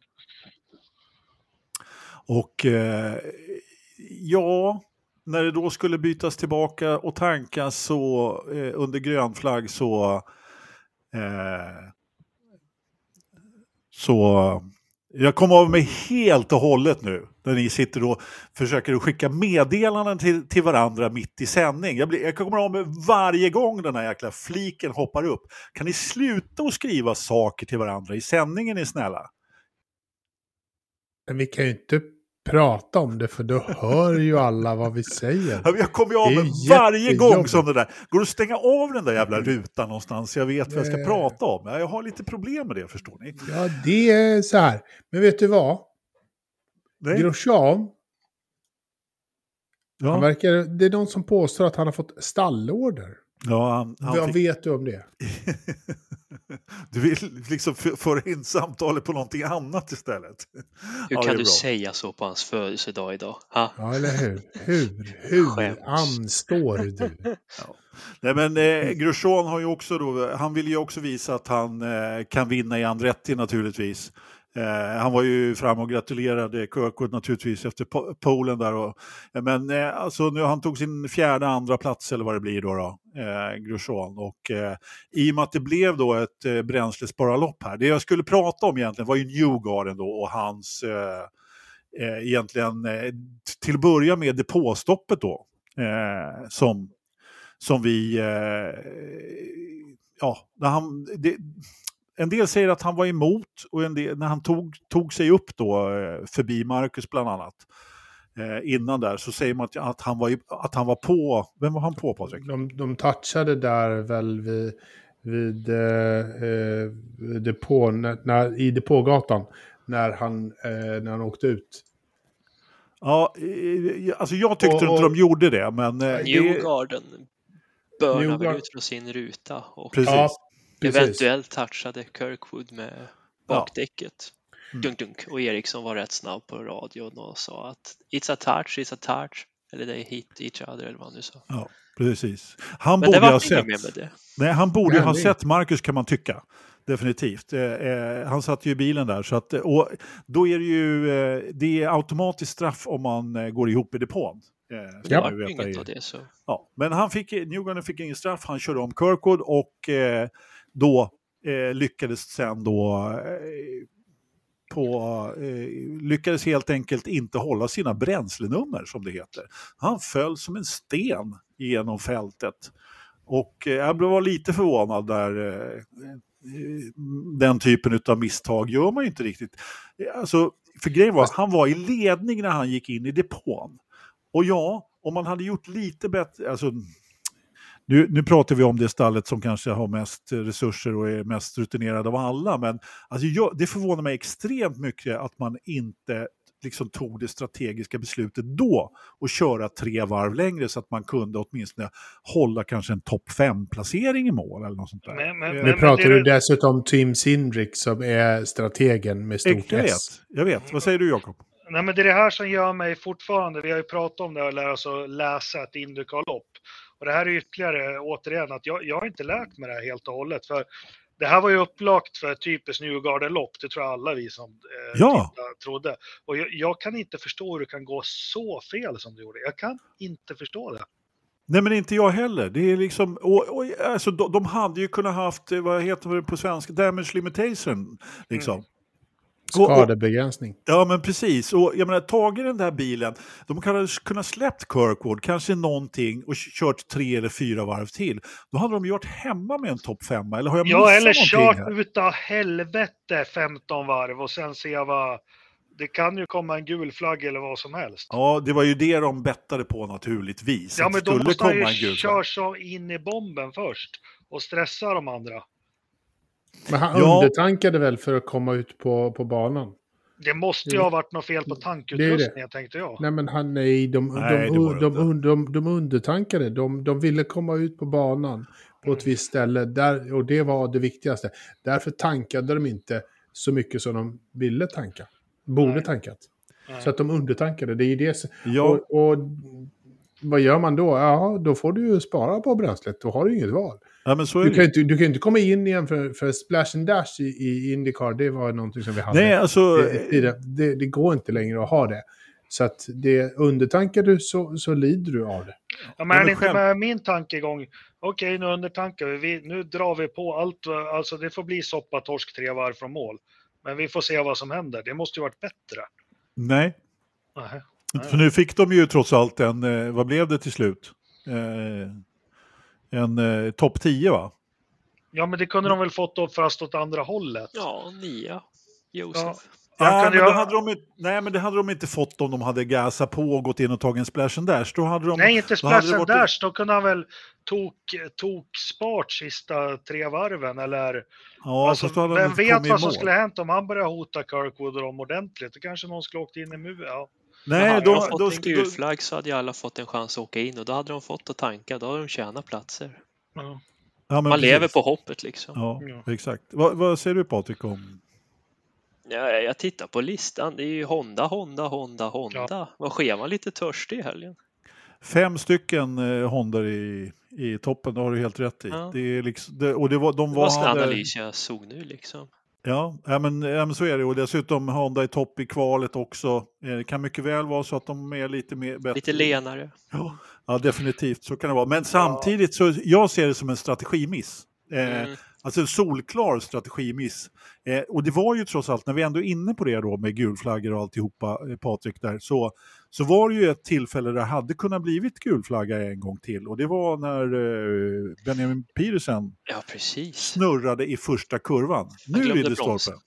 Och eh, ja, när det då skulle bytas tillbaka och tankas så eh, under grönflagg så eh, så jag kommer av mig helt och hållet nu när ni sitter och försöker skicka meddelanden till, till varandra mitt i sändning. Jag, blir, jag kommer av mig varje gång den här jäkla fliken hoppar upp. Kan ni sluta att skriva saker till varandra i sändningen, är snälla? Men vi kan ju inte prata om det, för då hör ju alla vad vi säger. Jag kommer ju av mig varje gång som det där. Går du att stänga av den där jävla rutan någonstans? Jag vet vad jag ska Nej. prata om. Jag har lite problem med det, förstår ni? Ja, det är så här. Men vet du vad? Nej. Grosjean, Ja. han verkar, det är någon som påstår att han har fått stallorder. Ja, han, han Vad fick... vet du om det? Du vill liksom f- föra in samtalet på någonting annat istället. Hur Ja, det kan är du bra. säga så på hans födelsedag idag? Ha? Ja, eller hur? Hur, hur Skäms. anstår du? Ja. Nej, men eh, Grosjean har ju också då, han vill ju också visa att han eh, kan vinna i Andretti naturligtvis. Eh, han var ju fram och gratulerade Kirkwood naturligtvis efter po- polen där. Och, eh, men eh, alltså nu han tog sin fjärde andra plats eller vad det blir då, då eh, Grosjean. Och eh, i och med att det blev då ett eh, bränslespararlopp här. Det jag skulle prata om egentligen var ju Newgarden då och hans eh, eh, egentligen eh, till att börja med depåstoppet då. Eh, som som vi eh, ja, när han det, en del säger att han var emot och en del, när han tog, tog sig upp då eh, förbi Marcus bland annat eh, innan där så säger man att, att, han var, att han var på, vem var han på, Patrik? De, de touchade där väl vid, vid eh, depå, när, när, i depågatan när han, eh, när han åkte ut. Ja, eh, alltså jag tyckte Och- inte de gjorde det, men eh, det, Newgarden börnade väl Newgarden- ut från sin ruta och precis. Ja, precis. eventuellt touchade Kirkwood med bakdäcket. Mm. Dunk, dunk. Och Eriksson var rätt snabb på radion och sa att it's a touch, it's a touch. Eller they hit each other eller vad han nu sa. Ja, precis. Han Men borde det ha var sett. inget mer med det. Nej, han borde Nej, ha nej. sett Marcus, kan man tycka. Definitivt. Eh, eh, han satt ju i bilen där. Så att, och då är det ju eh, det är automatiskt straff om man eh, går ihop i depån. Eh, ska Ja. man Det ju var veta inget i- av det så. Ja, men han fick, Newgarden fick ingen straff, han körde om Kirkwood och eh, då eh, lyckades sen då eh, på, eh, lyckades helt enkelt inte hålla sina bränslenummer som det heter. Han föll som en sten genom fältet och eh, jag blev lite förvånad där eh, den typen av misstag gör man ju inte riktigt. Alltså, för grejen var, han var i ledning när han gick in i depån. Och ja, om man hade gjort lite bättre, alltså nu, nu pratar vi om det stallet som kanske har mest resurser och är mest rutinerad av alla, men alltså jag, det förvånar mig extremt mycket att man inte liksom tog det strategiska beslutet då och köra tre varv längre så att man kunde åtminstone hålla kanske en topp fem-placering i mål eller något sånt där. Men- men- Eh, Nu men- pratar det- du dessutom om Tim Sindrick som är strategen med stort jag vet, S. jag vet. Vad säger du, Jakob? Nej, men det är det här som gör mig fortfarande, vi har ju pratat om det och lära oss att läsa ett Indycar-lopp. Och det här är ytterligare, återigen, att jag, jag har inte lärt mig det här helt och hållet. För det här var ju upplagt för ett typiskt Newgarden-lopp, det tror jag alla vi som eh, Ja. tittade trodde. Och jag, jag kan inte förstå hur det kan gå så fel som det gjorde. Jag kan inte förstå det. Nej, men inte jag heller. Det är liksom, och, och, alltså, de, de hade ju kunnat haft, eh, vad heter det på svenska, damage limitation. Liksom. Mm. Och- och- Skadebegränsning. Ja, men precis. Och jag menar, tagit den där bilen, de hade kunnat släppt Kirkwood, kanske någonting, och kört tre eller fyra varv till. Då hade de gjort hemma med en topp femma, eller har jag Ja, missat eller någonting här? kört utav helvete femton varv och sen se vad... Det kan ju komma en gul flagg eller vad som helst. Ja, det var ju det de bettade på naturligtvis. Ja, att men det då skulle måste han komma ju en gul flagg. köra så in i bomben först och stressa de andra. Men han Ja. undertankade väl för att komma ut på, på banan? Det måste ju ha varit något fel på tankutrustningen, tänkte jag. Nej, men han, nej, de, Nej, de, det var de, det de, inte. de, de undertankade. De, de ville komma ut på banan på ett visst ställe. Där, och det var det viktigaste. Därför tankade de inte så mycket som de ville tanka. Borde Nej. tankat. Nej. Så att de undertankade. Det är ju det. som- Ja. Och, och vad gör man då? Ja, då får du ju spara på bränslet. Då har du inget val. Ja, men så är Du det. kan ju inte, du kan ju inte komma in igen för, för Splash and Dash i, i Indycar. Det var någonting som vi hade. Nej, alltså... Det, det, det, det går inte längre att ha det. Så att det undertankar du så, så lider du av det. Ja, men är men det inte själv- med min tankegång? Okej, nu undertankar vi. vi. Nu drar vi på allt. Alltså det får bli soppa, torsk, tre varv från mål. Men vi får se vad som händer. Det måste ju varit bättre. Nej, Nähä. för nu fick de ju trots allt en... eh, Vad blev det till slut? Eh, en eh, topp tio, va? Ja, men det kunde de väl fått upp fast åt andra hållet. Ja, nia. Josef. Ja. Ja, Han men kunde då ju- hade de, inte- nej, men det hade de inte fått om de hade gasat på och gått in och tagit en splash and dash. Då hade de, Nej, inte då hade Splash det and varit- Dash. Då kunde han väl tok, tok spart sista tre varven. Eller, Ja, alltså, fast då hade de vem inte vet kommit i vad som mål. skulle hänt om han började hota Kirkwood och dem ordentligt. Då kanske någon skulle åkt in i muren. Ja. Nej, hade då, de fått då, en sk- gul då, flagg så hade ju alla fått en chans att åka in och då hade de fått att tanka. Då hade de tjänat platser. Ja. ja, men Man precis. lever på hoppet liksom. Ja, Ja. exakt. Vad, vad säger du, Patrik, om... Ja, jag tittar på listan. Det är ju Honda, Honda, Honda, Honda. Vad sker man lite törstig i helgen? Fem stycken eh, Hondor i, i toppen, det har du helt rätt i. Ja. Det är liksom, det, och det var, de Det var... var en sån hade- analys jag såg nu liksom. Ja, ja, men, ja, men så är det. Och dessutom Honda i topp i kvalet också. Eh, Det kan mycket väl vara så att de är lite mer... Bättre. Lite lenare. Ja, ja, definitivt. Så kan det vara. Men samtidigt så jag ser det som en strategimiss. Eh, Mm. Alltså en solklar strategimiss. Eh, och det var ju trots allt, när vi ändå är inne på det då med gulflaggor och alltihopa, eh, Patrik, där, så, så var det ju ett tillfälle där det hade kunnat blivit gulflagga en gång till. Och det var när eh, Benjamin Pedersen Ja, precis. snurrade i första kurvan. Nu glömde är det bromsa. stolpe.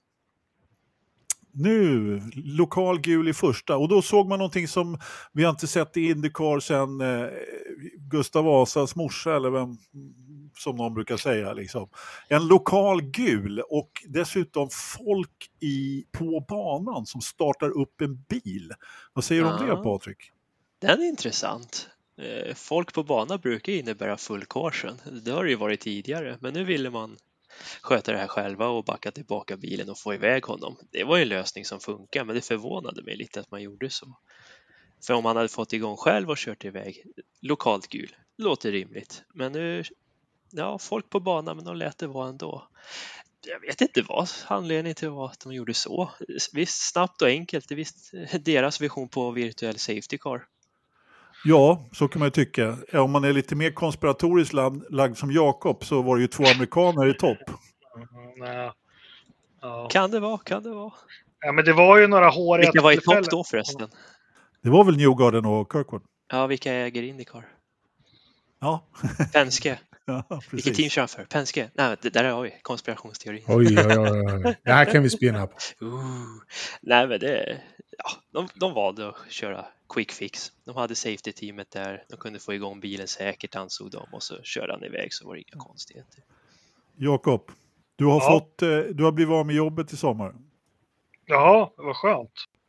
Nu, lokal gul i första. Och då såg man någonting som vi har inte sett i Indycar sedan eh, Gustav Vasas morsa, eller vem som någon brukar säga. Liksom. En lokal gul och dessutom folk i, på banan som startar upp en bil. Vad säger du om Ja. det, Patrik? Den är intressant. Eh, Folk på banan brukar innebära full caution. Det har det ju varit tidigare. Men nu ville man sköta det här själva och backa tillbaka bilen och få iväg honom. Det var ju en lösning som funkar, men det förvånade mig lite att man gjorde så. För om man hade fått igång själv och kört iväg lokalt gul, låter rimligt. Men nu, ja, folk på banan, men de lät det vara ändå. Jag vet inte vad anledningen till var att de gjorde så. Visst, snabbt och enkelt. Det är visst deras vision på virtuell safety car. Ja, så kan man ju tycka. Om man är lite mer konspiratoriskt lag- lagd som Jakob så var det ju två amerikaner i topp. Mm, nej. Ja. Kan det vara, kan det vara. Ja, men det var ju några håriga Vilka var i tillfällen. topp då förresten? Det var väl Newgarden och Kirkwood? Ja, vilka äger Indycar? Ja, Penske. ja Vilket precis. team kör han för? Penske? Nej, det där har vi konspirationsteorin. Oj, oj, oj, oj. Det här kan vi spinna på. Ooh. Nej, men det... Ja, de, de valde att köra quick fix. De hade safety-teamet där. De kunde få igång bilen säkert, ansåg de. Och så körde han iväg, så var det inga konstigheter. Jakob, du har, Ja. fått, eh, du har blivit av med jobbet i sommar. Ja, vad skönt.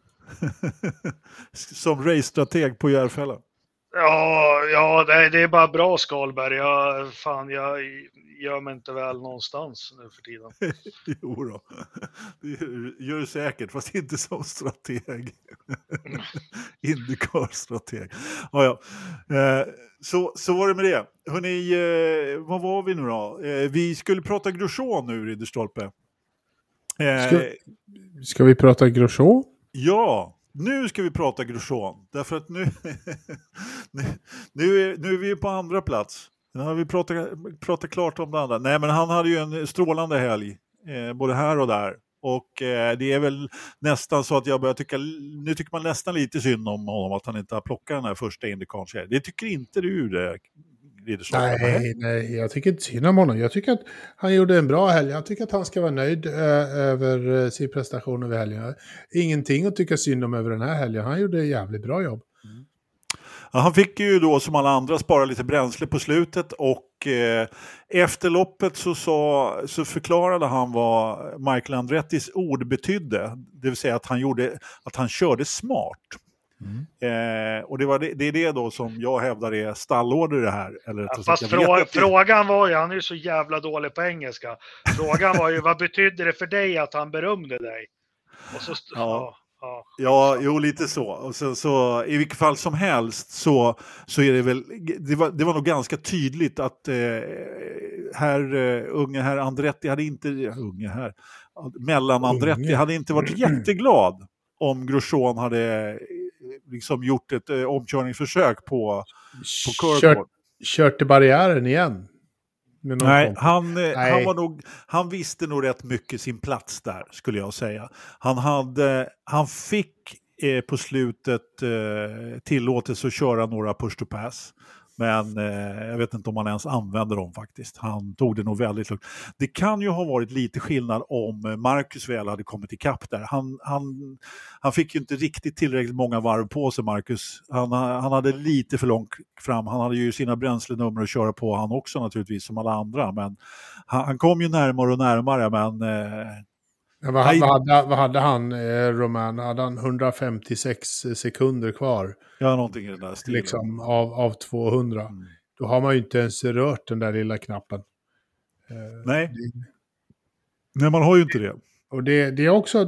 Som race-strateg på Järfälla. Ja, ja det, det är bara bra, Skalberg. Jag, fan, jag gör mig inte väl någonstans nu för tiden. Jo då. Det gör du säkert, fast inte som strateg. Indycar-strateg. Ja, ja. Eh, så, så var det med det. Hörrni, eh, vad var vi nu då? Eh, vi skulle prata Grosjean nu, Ridderstolpe. Eh, Ska, ska vi prata Grosjean? Ja, nu ska vi prata Grosjean. Därför att nu, nu, nu, är, nu är vi på andra plats. Nu har vi pratat, pratat klart om det andra. Nej, men han hade ju en strålande helg. Eh, både här och där. Och eh, det är väl nästan så att jag börjar tycka, nu tycker man nästan lite synd om honom att han inte har plockat den här första Indycar. Det tycker inte du det, Ridderstolpe? Nej, nej, jag tycker inte synd om honom. Jag tycker att han gjorde en bra helg. Jag tycker att han ska vara nöjd ö, över eh, sin prestation över helgen. Ingenting att tycka synd om över den här helgen. Han gjorde ett jävligt bra jobb. Ja, han fick ju då som alla andra spara lite bränsle på slutet och och eh, efter loppet så, sa, så förklarade han vad Michael Andrettis ord betydde. Det vill säga att han, gjorde, att han körde smart. Mm. Eh, och det, var det, det är det då som jag hävdar är stallorder det här. Eller ja, fast frå- frågan var ju, han är ju så jävla dålig på engelska. Frågan var ju, vad betydde det för dig att han berömde dig? Och så st- ja. Ja, ja, jo lite så. Och så, så i vilket fall som helst så, så är det väl, det var, det var nog ganska tydligt att eh, här, uh, unge här Andretti hade inte, unge här, mellan Andretti hade inte varit jätteglad om Grosjean hade liksom gjort ett eh, omkörningsförsök på, på Kirkwood. Kört, kört till barriären igen. Nej, han, Nej. Han, var nog, han visste nog rätt mycket sin plats där, skulle jag säga. Han, hade, han fick eh, på slutet eh, tillåtelse att köra några push to pass. Men eh, jag vet inte om han ens använde dem faktiskt. Han tog det nog väldigt lugnt. Det kan ju ha varit lite skillnad om Marcus väl hade kommit ikapp där. Han, han, han fick ju inte riktigt tillräckligt många varv på sig, Marcus. Han, han hade lite för långt fram. Han hade ju sina bränslenummer att köra på han också naturligtvis som alla andra. Men han, han kom ju närmare och närmare. Men, eh, ja, vad, vad, hade, vad hade han, eh, Roman? Hade han hundrafemtiosex sekunder kvar? Ja, någonting i den där stilen. Liksom, av, av tvåhundra. Mm. Då har man ju inte ens rört den där lilla knappen. Eh, Nej. Det... Nej, man har ju inte det. Och det, det är också...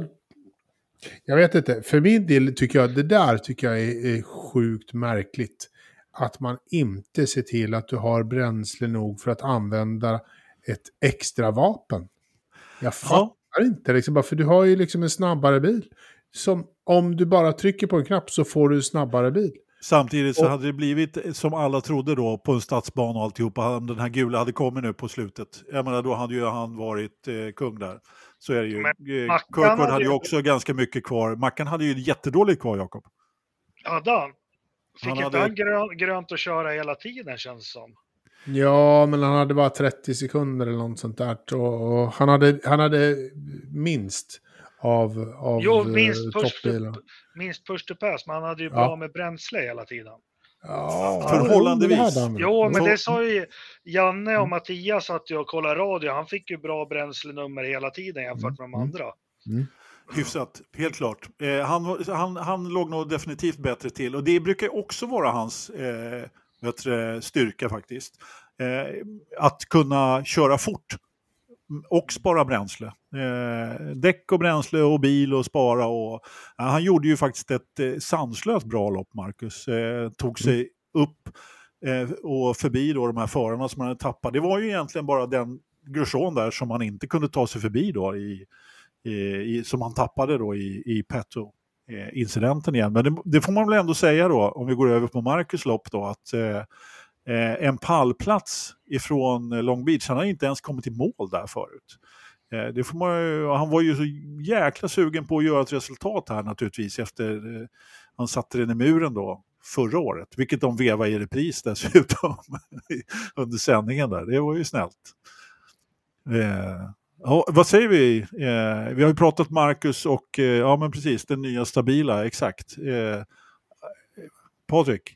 Jag vet inte. För min del tycker jag, det där tycker jag är, är sjukt märkligt. Att man inte ser till att du har bränsle nog för att använda ett extra vapen. Jag fattar ja. inte. Liksom, bara för du har ju liksom en snabbare bil. Som om du bara trycker på en knapp så får du en snabbare bil. Samtidigt så och, hade det blivit, som alla trodde då, på en stadsbana och alltihopa, om den här gula hade kommit nu på slutet. Jag menar, då hade ju han varit eh, kung där. Så är det ju. Eh, Kirkwood hade ju också ganska mycket kvar. Mackan hade ju jättedåligt kvar, Jakob. Ja, då. Fick han inte hade... han grön, grönt att köra hela tiden, känns det som. Ja, men han hade bara trettio sekunder eller något sånt där. Och, och han, hade, han hade minst av, av jo, minst toppbilar. Push, minst push to pass, men han hade ju ja. bra med bränsle hela tiden. Ja, förhållandevis. Jo, men det sa ju Janne och Mattias att jag kollar radio. Han fick ju bra bränslenummer hela tiden jämfört med de andra. Mm. Hyfsat, helt klart. Eh, han, han, han låg nog definitivt bättre till. Och det brukar också vara hans eh, bättre styrka faktiskt. Eh, att kunna köra fort. Och spara bränsle. Eh, däck och bränsle och bil och spara. Och, ja, han gjorde ju faktiskt ett eh, sanslöst bra lopp, Marcus. Eh, tog sig mm. upp eh, och förbi då de här förarna som han hade tappat. Det var ju egentligen bara den Grosjean där som han inte kunde ta sig förbi då. I, i, i, som han tappade då i, i Petto-incidenten igen. Men det, det får man väl ändå säga då, om vi går över på Marcus lopp då, att... Eh, Eh, en pallplats ifrån Long Beach. Han har inte ens kommit i mål där förut. Eh, det får man ju, han var ju så jäkla sugen på att göra ett resultat här naturligtvis efter eh, han satte den i muren då förra året. Vilket de vevade i repris dessutom under sändningen där. Det var ju snällt. Eh, ja, vad säger vi? Eh, vi har ju pratat Marcus och eh, ja men precis, den nya stabila, exakt. Eh, Patrik?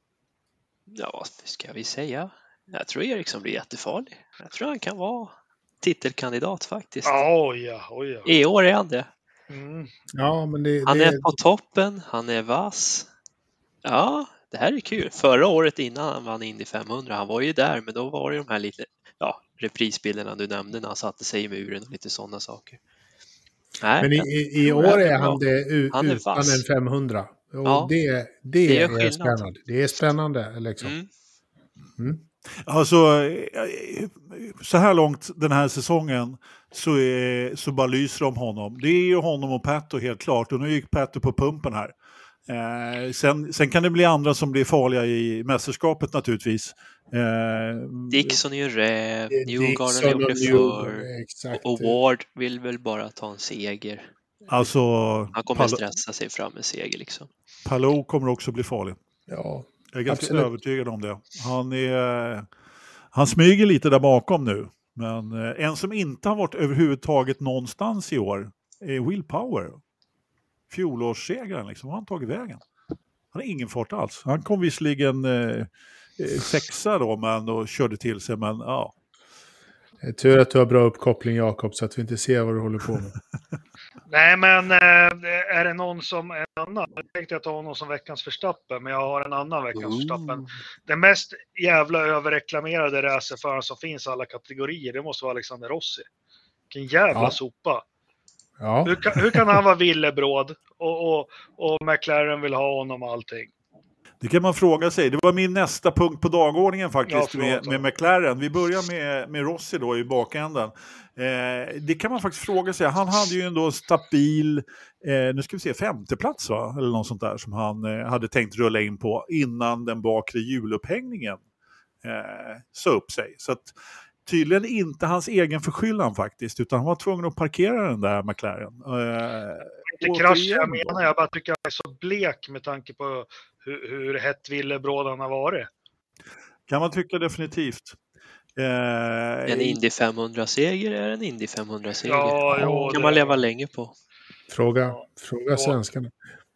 Ja, vad ska vi säga? Jag tror Eriksson blir jättefarlig. Jag tror han kan vara titelkandidat faktiskt. Oh, ja, oh, ja. I år är han det. Mm. Ja, men det, han det... är på toppen, han är vass. Ja, det här är kul. Förra året innan han vann Indy femhundra, han var ju där, men då var det de här lite ja, reprisbilderna du nämnde när han satte sig i muren och lite sådana saker. Nej, men i, i, i år är han det u, han är utan vass. En femhundra. Och ja, det, det, det är, är spännande. Det är spännande liksom. Mm. Mm. Alltså, så här långt den här säsongen så, är, så bara lyser de honom. Det är ju honom och Petto helt klart. Och nu gick Petto på pumpen här. Eh, sen, sen kan det bli andra som blir farliga i mästerskapet naturligtvis. Eh, Dixon är ju räv, Newgarden är gjorde för. Och Ward vill väl bara ta en seger. Alltså, han kommer Palo- stressa sig fram med seger liksom. Palou kommer också bli farlig. Ja, jag är ganska absolut. övertygad om det. Han, är, han smyger lite där bakom nu. Men en som inte har varit överhuvudtaget någonstans i år är Will Power. Fjolårssegraren liksom. Har han tagit vägen? Han har ingen fart alls. Han kom visserligen eh, sexa då, men och körde till sig, men ja. Tur att du har bra uppkoppling, Jakob, så att vi inte ser vad du håller på med. Nej, men äh, är det någon som är en annan? Jag tänkte att jag har någon som veckans Verstappen, men jag har en annan veckans Verstappen. Den mest jävla överreklamerade racerföraren som finns i alla kategorier, det måste vara Alexander Rossi. Vilken jävla Ja. sopa. Ja. Hur kan, hur kan han vara villebråd och, och, och McLaren vill ha honom och allting? Det kan man fråga sig. Det var min nästa punkt på dagordningen faktiskt, Ja, med, med McLaren. Vi börjar med, med Rossi då i bakänden. Eh, det kan man faktiskt fråga sig. Han hade ju ändå stabil, eh, nu ska vi se, femteplats va? Eller något sånt där som han eh, hade tänkt rulla in på innan den bakre hjulupphängningen eh, sa upp sig. Så att tydligen inte hans egen förskyllan faktiskt, utan han var tvungen att parkera den där McLaren. Eh, inte krasch, jag menar, jag bara tycker jag är så blek med tanke på hur, hur hett villebrådan har varit. Kan man tycka definitivt. Eh, en Indy femhundra-seger är en Indy femhundra-seger. Ja, det jo, kan det... man leva länge på. Fråga, Ja. fråga svenskarna.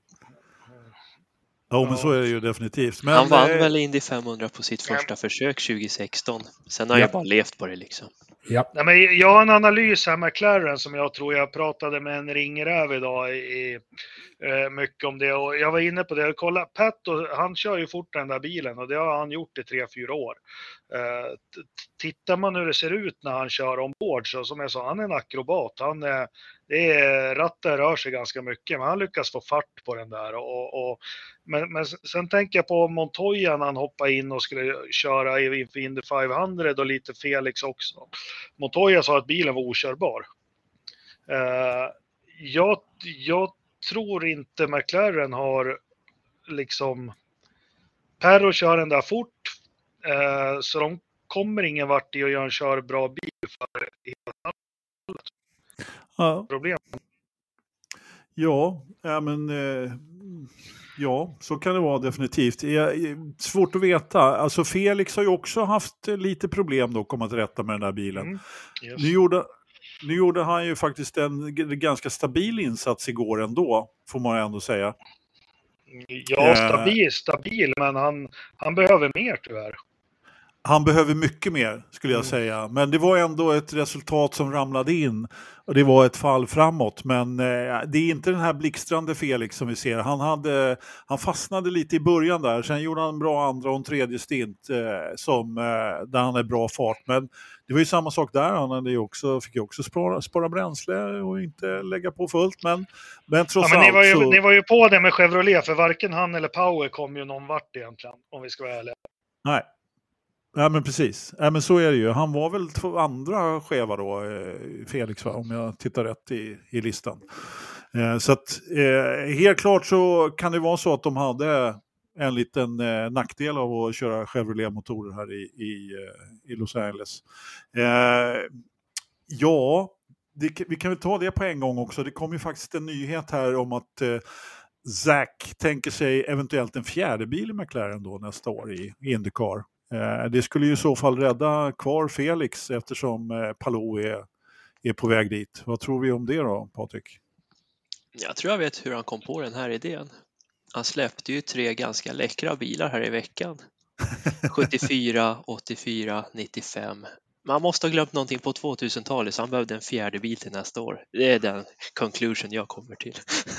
Ja, men så är det ju definitivt. Men, han vann eh, väl Indy femhundra på sitt första ja. försök tjugo sexton. Sen har Ja. jag bara levt på det liksom. Ja. Nej, men jag har en analys här med McLaren som jag tror jag pratade med en ringräv idag i, i eh, mycket om det. Och jag var inne på det. Kolla, Pat, och, han kör ju fort den där bilen och det har han gjort i tre, fyra år. Eh, t- tittar man hur det ser ut när han kör ombord, så som jag sa, han är en akrobat. Han är, det är, ratten rör sig ganska mycket, men han lyckas få fart på den där. Och, och, men, men sen tänker jag på Montoya när han hoppade in och skulle köra inför Indy femhundra och lite Felix också. Montoya sa att bilen var okörbar. Uh, jag, jag tror inte McLaren har liksom... Perro kör den där fort, uh, så de kommer ingen vart i att göra en körbra bil för hela ja. problem. Ja, ja, men eh, ja, så kan det vara definitivt. Jag, svårt att veta. Alltså Felix har ju också haft lite problem då att komma till rätta med den där bilen. Mm, yes. Nu gjorde, nu gjorde han ju faktiskt en g- ganska stabil insats igår ändå, får man ändå säga. Ja, stabil, stabil, men han, han behöver mer tyvärr. Han behöver mycket mer skulle jag Mm. säga. Men det var ändå ett resultat som ramlade in. Och det var ett fall framåt. Men eh, det är inte den här blixtrande Felix som vi ser. Han, hade, han fastnade lite i början där. Sen gjorde han en bra andra och en tredje stint. Eh, som, eh, där han är bra fart. Men det var ju samma sak där. Han hade ju också, fick ju också spara, spara bränsle och inte lägga på fullt. Men, men trots Ja, men ni, allt var ju, så... ni var ju på det med Chevrolet, för varken han eller Power kom ju någon vart egentligen, om vi ska vara ärliga. Nej. Ja, men preis. Ja, men så är det ju. Han var väl två andra skeva då, eh, Felix, va? Om jag tittar rätt i, i listan. Eh, så att eh, helt klart så kan det vara så att de hade en liten eh, nackdel av att köra Chevrolet-motorer här i, i, eh, i Los Angeles. Eh, ja, det, vi kan väl ta det på en gång också. Det kom ju faktiskt en nyhet här om att eh, Zack tänker sig eventuellt en fjärde bil i McLaren då nästa år i, i IndyCar. Eh, det skulle ju i så fall rädda kvar Felix eftersom eh, Palou är, är på väg dit. Vad tror vi om det då, Patrik? Jag tror jag vet hur han kom på den här idén. Han släppte ju tre ganska läckra bilar här i veckan. sjuttiofyra, åttiofyra, nittiofem. Man måste ha glömt någonting på tvåtusentalet, så han behövde en fjärde bil till nästa år. Det är den conclusion jag kommer till.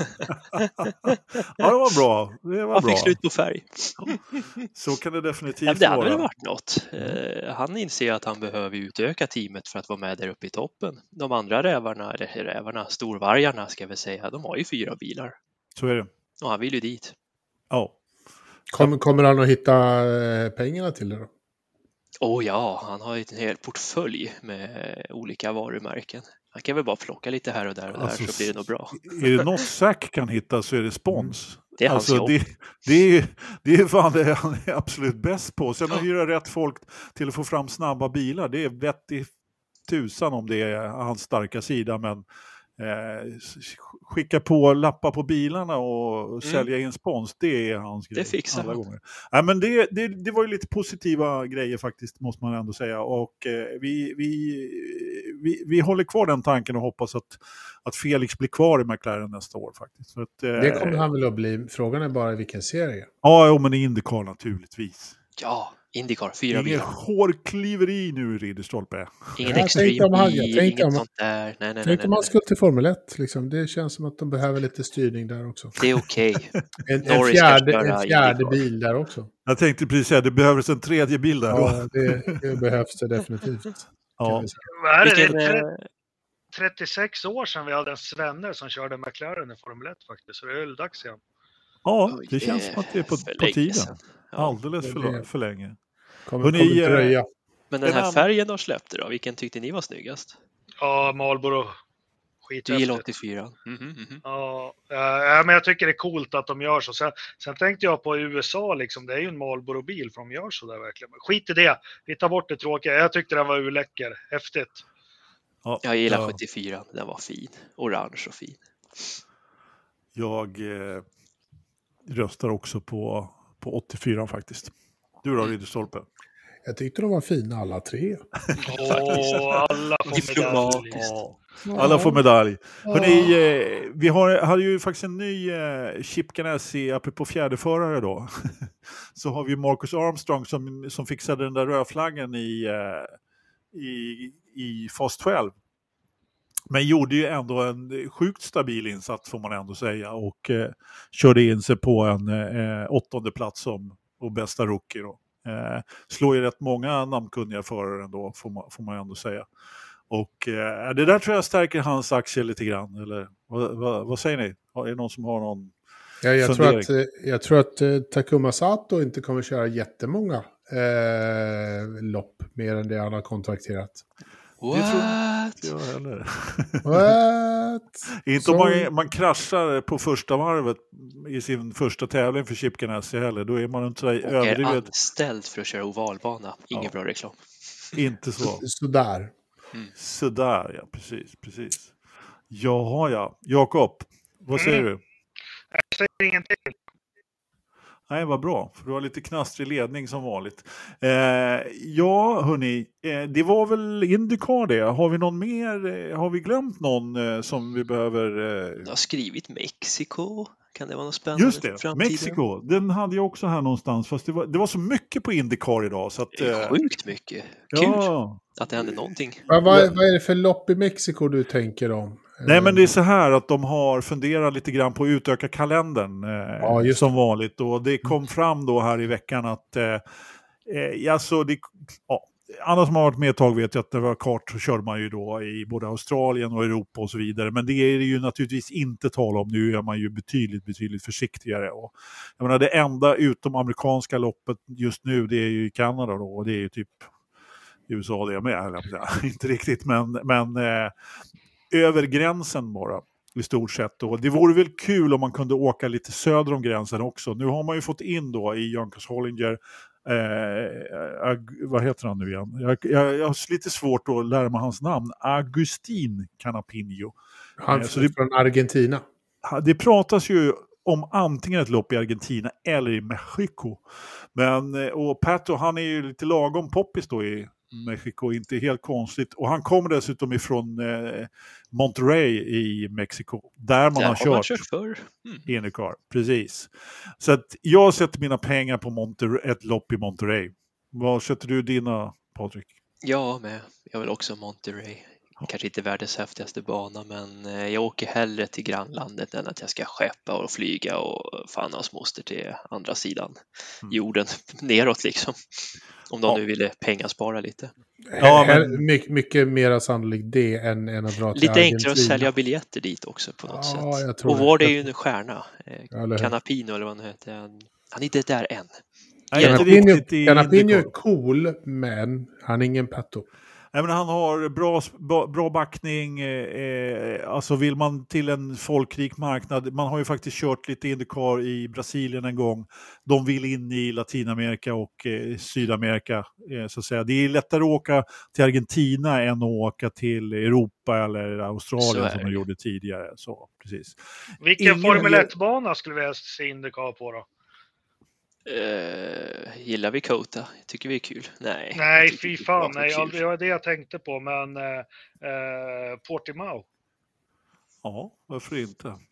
Ja, det var bra. Det var Han bra. fick slut på färg. Så kan det definitivt Ja, det hade vara. väl varit något. Eh, han inser att han behöver utöka teamet för att vara med där uppe i toppen. De andra rävarna, eller rävarna, storvargarna ska vi säga, de har ju fyra bilar. Så är det. Och han vill ju dit. Ja. Kommer, kommer han att hitta eh, pengarna till det då? Åh oh ja, han har ju en hel portfölj med olika varumärken. Han kan väl bara plocka lite här och där och Alltså, där så blir det nog bra. Är det något Zack kan hitta så är det spons. Det är hans alltså, jobb. Det, det, är, det är fan det han är absolut bäst på. Sen att hyra rätt folk till att få fram snabba bilar, det är vettigt tusan om det är hans starka sida. Men eh, skicka på lappar på bilarna och Mm. sälja in spons, det är hans grej. Det fixar alla han. gånger. Nej, men det, det, det var ju lite positiva grejer faktiskt, måste man ändå säga. Och eh, vi, vi, vi, vi håller kvar den tanken och hoppas att, att Felix blir kvar i McLaren nästa år faktiskt. För att, eh, Det kommer han väl att bli. Frågan är bara i vilken serie. Ja, jo, men i IndyCar naturligtvis. Ja, Indycar, fyra Ingen bilar. hårkliveri nu, Ridderstolpe. Ingen Jag extreme tänkte om han- jag bil, tänkte inget om- sånt där. Nej, nej, nej. Tänk nej, om man nej. skulle till Formel ett. Liksom. Det känns som att de behöver lite styrning där också. Det är okej. En, en Norris ska fjärde, köra en fjärde Indycar. bil där också. Jag tänkte precis säga, det behövs en tredje bil där då. Ja, det, det behövs det definitivt. Kan Ja. vi säga. Vad är det? Vilken, Det är eh, trettiosex år sedan vi hade en svenne som körde McLaren i Formel ett faktiskt. Så det är väl dags igen. Ja, oj, det känns som att det är på, för på länge tiden. sedan. Ja. Alldeles för, Det- för länge. Kommer, Hörrni, kommer dröja. Men den En här annan- färgen de släppte då, vilken tyckte ni var snyggast? Ja, Marlboro. Du gillar Skithäftigt. åttiofyra. Mhm, mhm. Ja, ja, men jag tycker det är coolt att de gör så. Sen, sen tänkte jag på U S A, liksom, det är ju en Marlboro-bil för de gör så där verkligen. Men skit i det, vi tar bort det tråkiga. Jag tyckte den var urläcker, häftigt. Ja, Jag gillar ja, sjuttiofyra, den var fin. Orange och fin. jag eh, röstar också på, på åttiofyra faktiskt. Du då, Ridderstolpe? Jag tyckte de var fina alla tre. Åh, alla får Diplomatiskt. medalj. Ja. Alla får medalj. Hörrni, eh, vi har, hade ju faktiskt en ny eh, Chip Ganassi, apropå fjärdeförare då. Så har vi Marcus Armstrong som, som fixade den där rödflaggen i, eh, i, i Fast tolv. Men gjorde ju ändå en sjukt stabil insats får man ändå säga. Och eh, körde in sig på en eh, åttonde plats som och bästa rookie då. Eh, slår ju rätt många namnkunniga förare ändå får man, får man ändå säga. Och eh, det där tror jag stärker hans aktie lite grann. Eller vad, vad, vad säger ni? Är det någon som har någon Ja, jag, tror fundering? att, eh, jag tror att eh, Takuma Sato inte kommer köra jättemånga eh, lopp mer än det han har kontrakterat. What? Ja, eller? What? Inte om Så- man, man kraschar på första varvet i sin första tävling för Chip Ganassi heller. Då är man inte så där Och är överdrivet. anställd för att köra ovalbana. Ingen Ja. bra reklam. Inte så. Sådär. Sådär, ja. Precis, precis. Jaha, ja. Jakob, vad säger Mm. du? Jag säger ingenting. Nej, vad bra. För du har lite knastrig ledning som vanligt. Eh, ja, hörni. Eh, det var väl Indycar det. Har vi någon mer? Eh, har vi glömt någon eh, som vi behöver... Eh... Jag har skrivit Mexiko. Kan det vara något spännande Just för det, framtiden? Mexiko. Den hade jag också här någonstans. Fast det var, det var så mycket på Indycar idag. Så att, Det är eh, sjukt mycket. Kul ja. att det händer någonting. Vad, vad, vad är det för lopp i Mexiko du tänker om? Nej, men det är så här att de har funderat lite grann på att utöka kalendern eh, Ja, just som vanligt. Och det kom fram då här i veckan att eh, eh, alltså det, ja, alla som har varit med ett tag vet ju att det var kart så kör man ju då i både Australien och Europa och så vidare. Men det är det ju naturligtvis inte tal om. Nu är man ju betydligt, betydligt försiktigare. Och, jag menar, det enda utom amerikanska loppet just nu det är ju i Kanada då. Och det är ju typ U S A det är med. Eller, inte riktigt, men... men eh, över gränsen bara i stort sett. Och det vore väl kul om man kunde åka lite söder om gränsen också. Nu har man ju fått in då i Jankos Hollinger eh, Ag- vad heter han nu igen? Jag, jag, jag har lite svårt att lära mig hans namn. Agustin Canapino. Han Eh, så är det- från Argentina. Det pratas ju om antingen ett lopp i Argentina eller i Mexiko. Men, eh, och Pato, han är ju lite lagom poppis då i Mexiko, inte helt konstigt. Och han kommer dessutom ifrån eh, Monterrey i Mexiko, där man Där har har man kört kört förr. Mm. Indycar. Precis. Så att jag sätter mina pengar på Monterrey, ett lopp i Monterrey. Vad sätter du dina, Patrik? Ja, men jag vill också Monterrey. Kanske inte världens häftigaste bana, men eh, jag åker hellre till grannlandet än att jag ska skeppa och flyga och fan hans moster till andra sidan Mm. jorden, neråt liksom. Om de Ja. nu ville pengaspara lite. Ja, Här- men- mycket, mycket mer sannolikt det än, än att dra till Lite Argentina. enklare att sälja biljetter dit också på något Ja, jag sätt. tror Och det. var det är Jag- ju en stjärna. Eh, Eller hur? Canapino eller vad han heter. Han, han är inte där än. Nej, inte Canapino, riktigt i Canapino är Indycar. cool, men han är ingen Pato. Nej, men han har bra, bra, bra backning, eh, alltså vill man till en folkrik marknad, man har ju faktiskt kört lite Indycar i Brasilien en gång, de vill in i Latinamerika och eh, Sydamerika, eh, så att säga. Det är lättare att åka till Argentina än att åka till Europa eller Så Australien är som det. de gjorde tidigare, så precis. Vilken Ingen- Formel ett-bana skulle vi se Indycar på då? Eh, gillar vi Kota? Tycker vi är kul? Nej. Nej, jag tycker fy inte det fan. var Nej, kul. det var det jag tänkte på. Men eh, eh, Portimao. Ja, varför inte?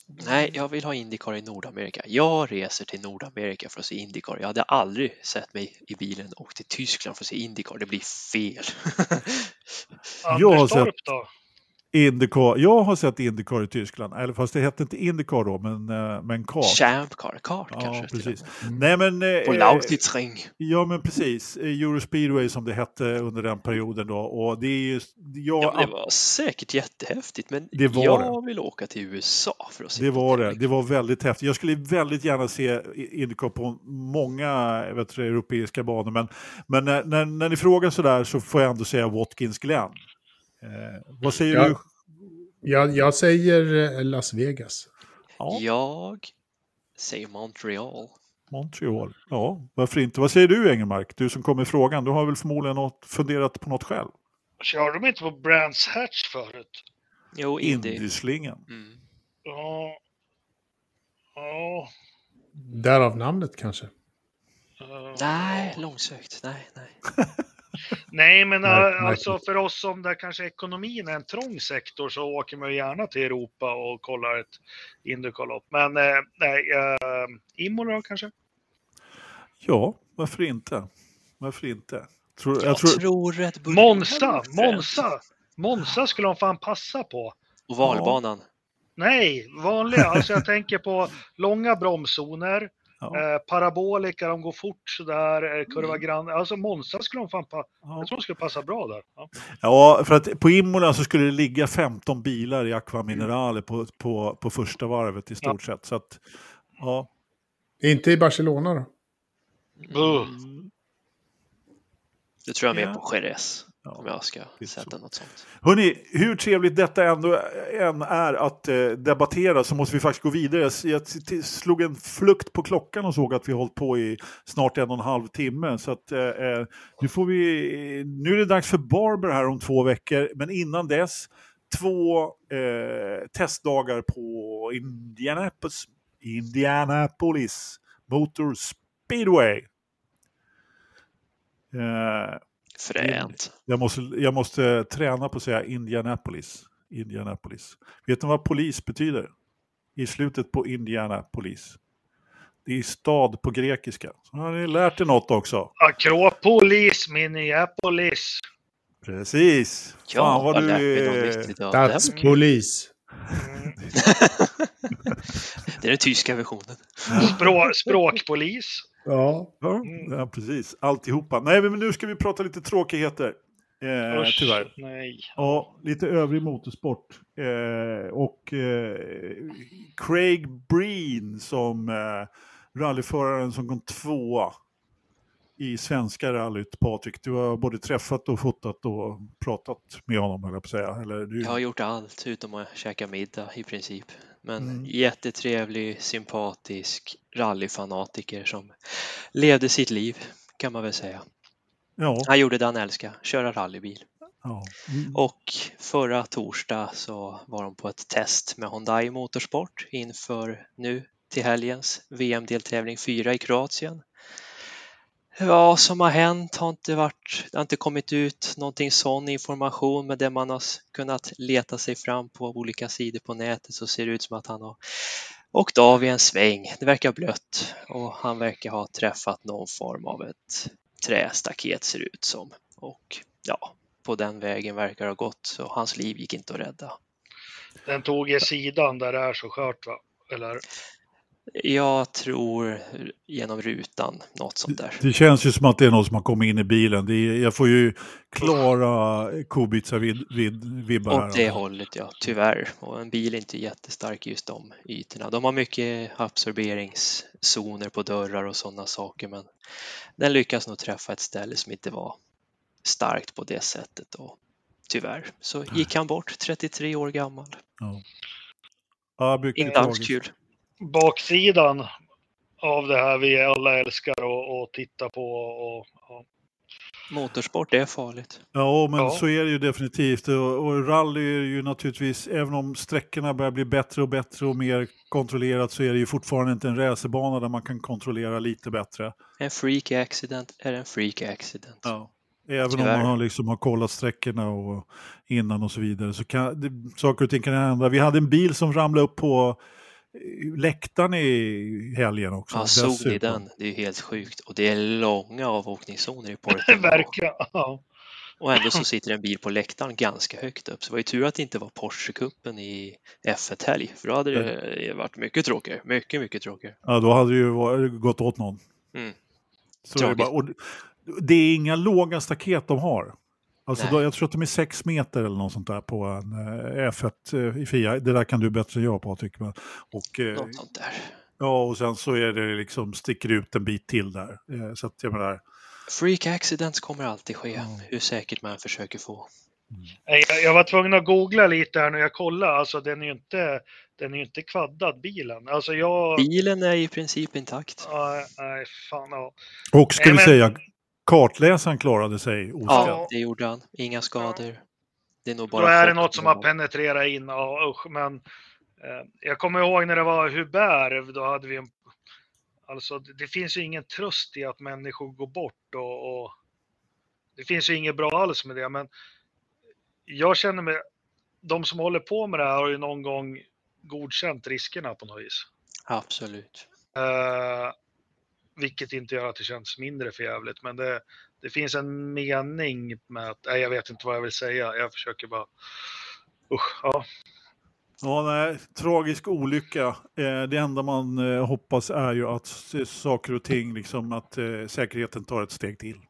Nej, jag vill ha Indycar i Nordamerika. Jag reser till Nordamerika för att se Indycar. Jag hade aldrig sett mig i bilen och till Tyskland för att se Indycar. Det blir fel. Jag har Anderstorp sett- då? Indycar. Jag har sett Indycar i Tyskland. Eller fast det hette inte Indycar då, men, eh, men kart. Champ Car, kart Ja, kanske. till precis. och med. Mm. Nej, men... eh, På Lausitz-ring. Ja, men precis. Eurospeedway som det hette under den perioden då. Och det är ju... Ja, Ja, men det var säkert jättehäftigt, men Det var jag vill åka till U S A för att se det på var det. tävling. Det var väldigt häftigt. Jag skulle väldigt gärna se Indycar på många vet du, europeiska banor. Men, men när, när, när ni frågar så där så får jag ändå säga Watkins Glen. Eh, vad säger Ja. du? Jag, jag säger eh, Las Vegas. Ja, Jag säger Montreal. Montreal. Ja, varför inte? Vad säger du, Engelmark? Du som kommer i frågan. Du har väl förmodligen något, funderat på något själv? Körde de inte på Brands Hatch förut? Jo, Indy. Indyslingan. Mm. Ja. Ja. Därav namnet kanske. eh, Nej, långsökt. Nej, nej. Nej, men Nej, äh, märkligt. alltså för oss som där kanske ekonomin är en trång sektor så åker man ju gärna till Europa och kollar ett Indycar-lopp. Men äh, nej, äh, Imola då kanske? Ja, varför inte? Varför inte? Tror, jag Jag tror, tror Red Bull. Monza, Monza! Monza skulle de fan passa på. Ovalbanan. Nej, vanliga. Alltså jag tänker på långa bromszoner, ja, eh, parabolika, de går fort sådär, eh, kurva Mm. grann. Alltså Monza skulle de fan pa- ja. jag tror de skulle passa bra där. Ja. ja, för att på Imola så skulle det ligga femton bilar i Aqua Minerale på, på, på första varvet i stort sett. Så att, ja. Inte i Barcelona då? Buh. Det tror jag mer Ja. på Jerez. Ja, Om jag ska det är sätta så. något sånt. Hörrni, hur trevligt detta ändå än är att eh, debattera så måste vi faktiskt gå vidare. Jag, jag t- slog en flukt på klockan och såg att vi har hållit på i snart en och en halv timme. Så att, eh, nu, får vi, nu är det dags för Barber här om två veckor. Men innan dess, två eh, testdagar på Indianapolis, Indianapolis Motor Speedway. Eh, Fränt. Jag måste, jag måste träna på att säga Indianapolis. Indianapolis. Vet ni vad polis betyder? I slutet på Indianapolis. Det är stad på grekiska. Så har ni lärt er något också. Akropolis, Minneapolis. Precis. Ja, Fan vad jag du lärt mig något är... nytt idag. Det, här var kul. Stadspolis. Mm. Det är den tyska versionen. Språ- språkpolis. Ja. Ja, ja, precis. Alltihopa. Nej, men nu ska vi prata lite tråkigheter. Eh, Usch, tyvärr. nej. Ja, lite övrig motorsport. Eh, och eh, Craig Breen som eh, rallyföraren som kom tvåa i svenska rallyt. Patrik, du har både träffat och fotat och pratat med honom, eller på att säga. Eller du... Jag har gjort allt utom att käka middag i princip. Men Mm. jättetrevlig, sympatisk rallyfanatiker som levde sitt liv, kan man väl säga. Ja, Han gjorde det han älskade, köra rallybil. ja. Mm. Och förra torsdag så var de på ett test med Hyundai Motorsport inför nu till helgens V M-deltävling fyra i Kroatien. Vad som har hänt har inte varit, det har inte kommit ut någonting sån information, men det man har kunnat leta sig fram på olika sidor på nätet så ser det ut som att han har åkt av i en sväng. Det verkar blött och han verkar ha träffat någon form av ett trästaket ser det ut som. Och ja, på den vägen verkar det ha gått så hans liv gick inte att rädda. Den tog i sidan där det är så skört va? Eller? Jag tror genom rutan, något sånt där. Det känns ju som att det är någon som har kommit in i bilen. Det är, jag får ju klara kobitsar vid, vid vibbar här. Åt det hållet, ja, tyvärr. Och en bil är inte jättestark just de ytorna. De har mycket absorberingszoner på dörrar och sådana saker, men den lyckas nog träffa ett ställe som inte var starkt på det sättet. Och tyvärr så gick han bort, trettiotre år gammal. Ja. Ja, mycket Inte alls tragiskt. kul. Baksidan av det här vi alla älskar att, att titta på. Och, och, Motorsport är farligt. Ja, men Ja. så är det ju definitivt. Och, och rally är ju naturligtvis, även om sträckorna börjar bli bättre och bättre och mer kontrollerat så är det ju fortfarande inte en racerbana där man kan kontrollera lite bättre. En freak accident är en freak accident. Ja. Även Tyvärr. om man har, liksom har kollat sträckorna och innan och så vidare så kan det, saker och ting kan hända. Vi hade en bil som ramlade upp på läktaren i helgen också. Ja, såg ni dessutom. den? Det är ju helt sjukt. Och det är långa avåkningszoner i Portimao. Verkligen. Ja. Och ändå så sitter en bil på läktaren ganska högt upp. Så det var ju tur att det inte var Porsche-cupen i F ett-helg. För då hade det varit mycket tråkigare. Mycket, mycket tråkigare. Ja, då hade det ju varit- gått åt någon. Mm. Så är det, bara, och det- det är inga låga staket de har. Alltså Nej. då, jag tror att de är sex meter eller något sånt där på en eh, F ett eh, i F I A. Det där kan du bättre än jag, Patrik. Men, och, eh, Något sånt där. ja, och sen så är det liksom sticker ut en bit till där. Eh, så att jag menar, Freak accidents kommer alltid ske. Ja. Hur säkert man försöker få. Nej, Jag, jag var tvungen att googla lite här när jag kollade. Alltså den är ju inte, den är ju inte kvaddad bilen. Alltså jag... Bilen är i princip intakt. Nej, nej, fan ja. och ska Nej, vi men- säga, kartläsaren klarade sig oskadd. Ja, det gjorde han. Inga skador. Det är nog bara Då är det chock. något som har penetrerat in. Ja, usch, men eh, jag kommer ihåg när det var Hubert, då hade vi en... Alltså det, det finns ju ingen tröst i att människor går bort och, och det finns ju inget bra alls med det, men jag känner mig, de som håller på med det här har ju någon gång godkänt riskerna på något vis. Absolut. Eh, vilket inte gör att det känns mindre förjävligt, men det, det finns en mening med att, nej, jag vet inte vad jag vill säga, jag försöker bara, usch, ja. Ja, nej, tragisk olycka. Eh, det enda man eh, hoppas är ju att eh, saker och ting, liksom att eh, säkerheten tar ett steg till.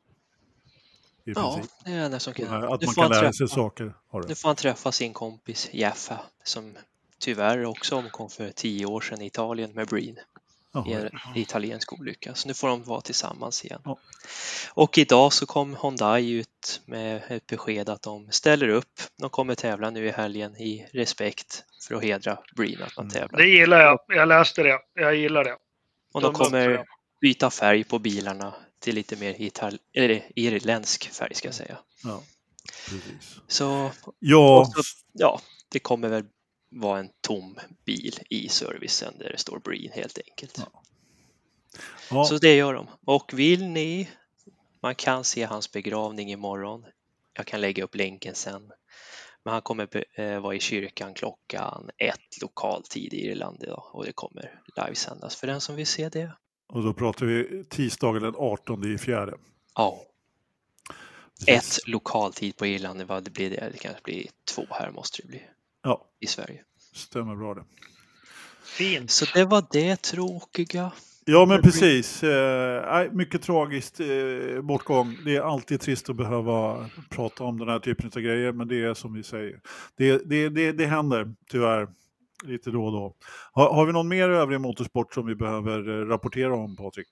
I Ja, princip. det är det enda som Eh, kan. Att Nu man får kan han lära sig träffa- saker. Har Nu det. får han träffa sin kompis Jaffa som tyvärr också omkom för tio år sedan i Italien med Breen i Jaha. en italiensk olycka. Så nu får de vara tillsammans igen. Ja. Och idag så kom Hyundai ut med ett besked att de ställer upp. De kommer tävla nu i helgen i respekt för att hedra Breen att man Mm. tävlar. Det gillar jag, jag läste det, jag gillar det. Och de Tumme upp för kommer det. byta färg på bilarna till lite mer ital- eller irländsk färg ska jag säga. Ja, precis. Så Ja, Och så, ja, det kommer väl vara en tom bil i servicen där det står Breen helt enkelt. Ja. ja, Så det gör de. Och vill ni, man kan se hans begravning imorgon. Jag kan lägga upp länken sen. Men han kommer be- eh, vara i kyrkan klockan ett lokal tid i Irland idag. Och det kommer livesändas för den som vill se det. och då pratar vi tisdagen den artonde i fjärde. Ja, Precis. ett lokal tid på Irland, vad det blir det? Det kanske blir två här måste det bli Ja, i Sverige. stämmer bra det. Fint. Så det var det tråkiga. Ja, men precis. Eh, nej, mycket tragiskt eh, bortgång. Det är alltid trist att behöva prata om den här typen av grejer, men det är som vi säger. Det, det, det, det händer tyvärr lite då och då. Har, har vi någon mer övrig motorsport som vi behöver eh, rapportera om, Patrik?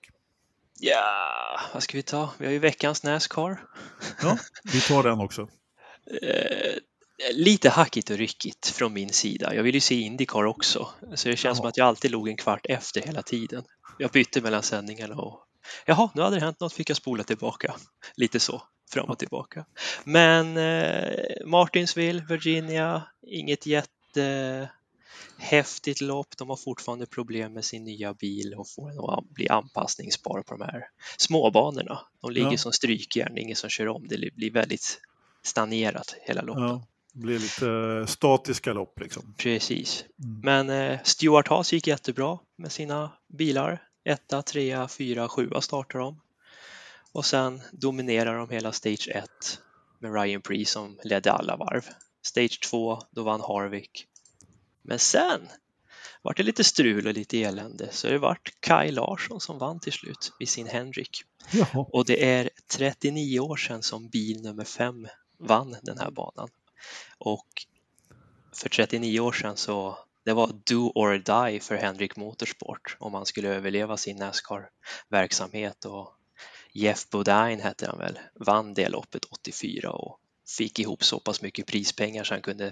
Ja, vad ska vi ta? Vi har ju veckans Nascar. Ja, vi tar den också. Eh, lite hackigt och ryckigt från min sida. Jag vill ju se Indycar också. Så det känns Jaha. som att jag alltid låg en kvart efter hela tiden. Jag bytte mellan sändningarna och jaha, nu hade det hänt något, fick jag spola tillbaka. Lite så, fram och tillbaka. Men eh, Martinsville, Virginia, inget jätte häftigt lopp. De har fortfarande problem med sin nya bil och får den att bli anpassningsbar på de här småbanorna. De ligger Ja. som strykjärn, ingen som kör om. Det blir väldigt stagnerat hela loppet. Ja, det blir lite eh, statiska lopp liksom. Precis. Mm. Men eh, Stuart Haas gick jättebra med sina bilar. Etta, trea, fyra, sjua startar de. Och sen dominerar de hela Stage ett med Ryan Preece som ledde alla varv. Stage två, då vann Harvick. Men sen var det lite strul och lite elände. Så det vart Kyle Larsson som vann till slut vid sin Hendrick. Jaha. Och det är trettionio år sedan som bil nummer fem vann den här banan. Och för trettionio år sedan så det var do or die för Hendrick Motorsport om man skulle överleva sin NASCAR-verksamhet. Och Jeff Bodine hette han väl, vann det loppet åttiofyra och fick ihop så pass mycket prispengar så han kunde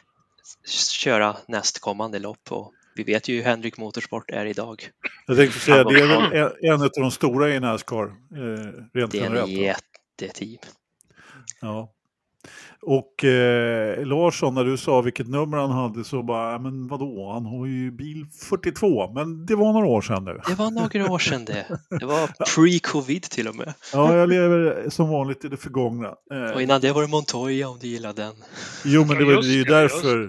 köra nästkommande lopp. Och vi vet ju hur Hendrick Motorsport är idag. Jag tänkte säga, det är väl en, en av de stora i NASCAR, eh, rent Det är en generellt. jätteteam. Ja. Och eh, Larsson, när du sa vilket nummer han hade så bara, men vadå, han har ju bil fyrtiotvå, men det var några år sedan nu. Det var några år sedan det. Det var pre-covid till och med. Ja, jag lever som vanligt i det förgångna. Och Eh, innan det var det Montoya om du gillar den. jo, men det, Ja, var, det är ju just det, därför, just det.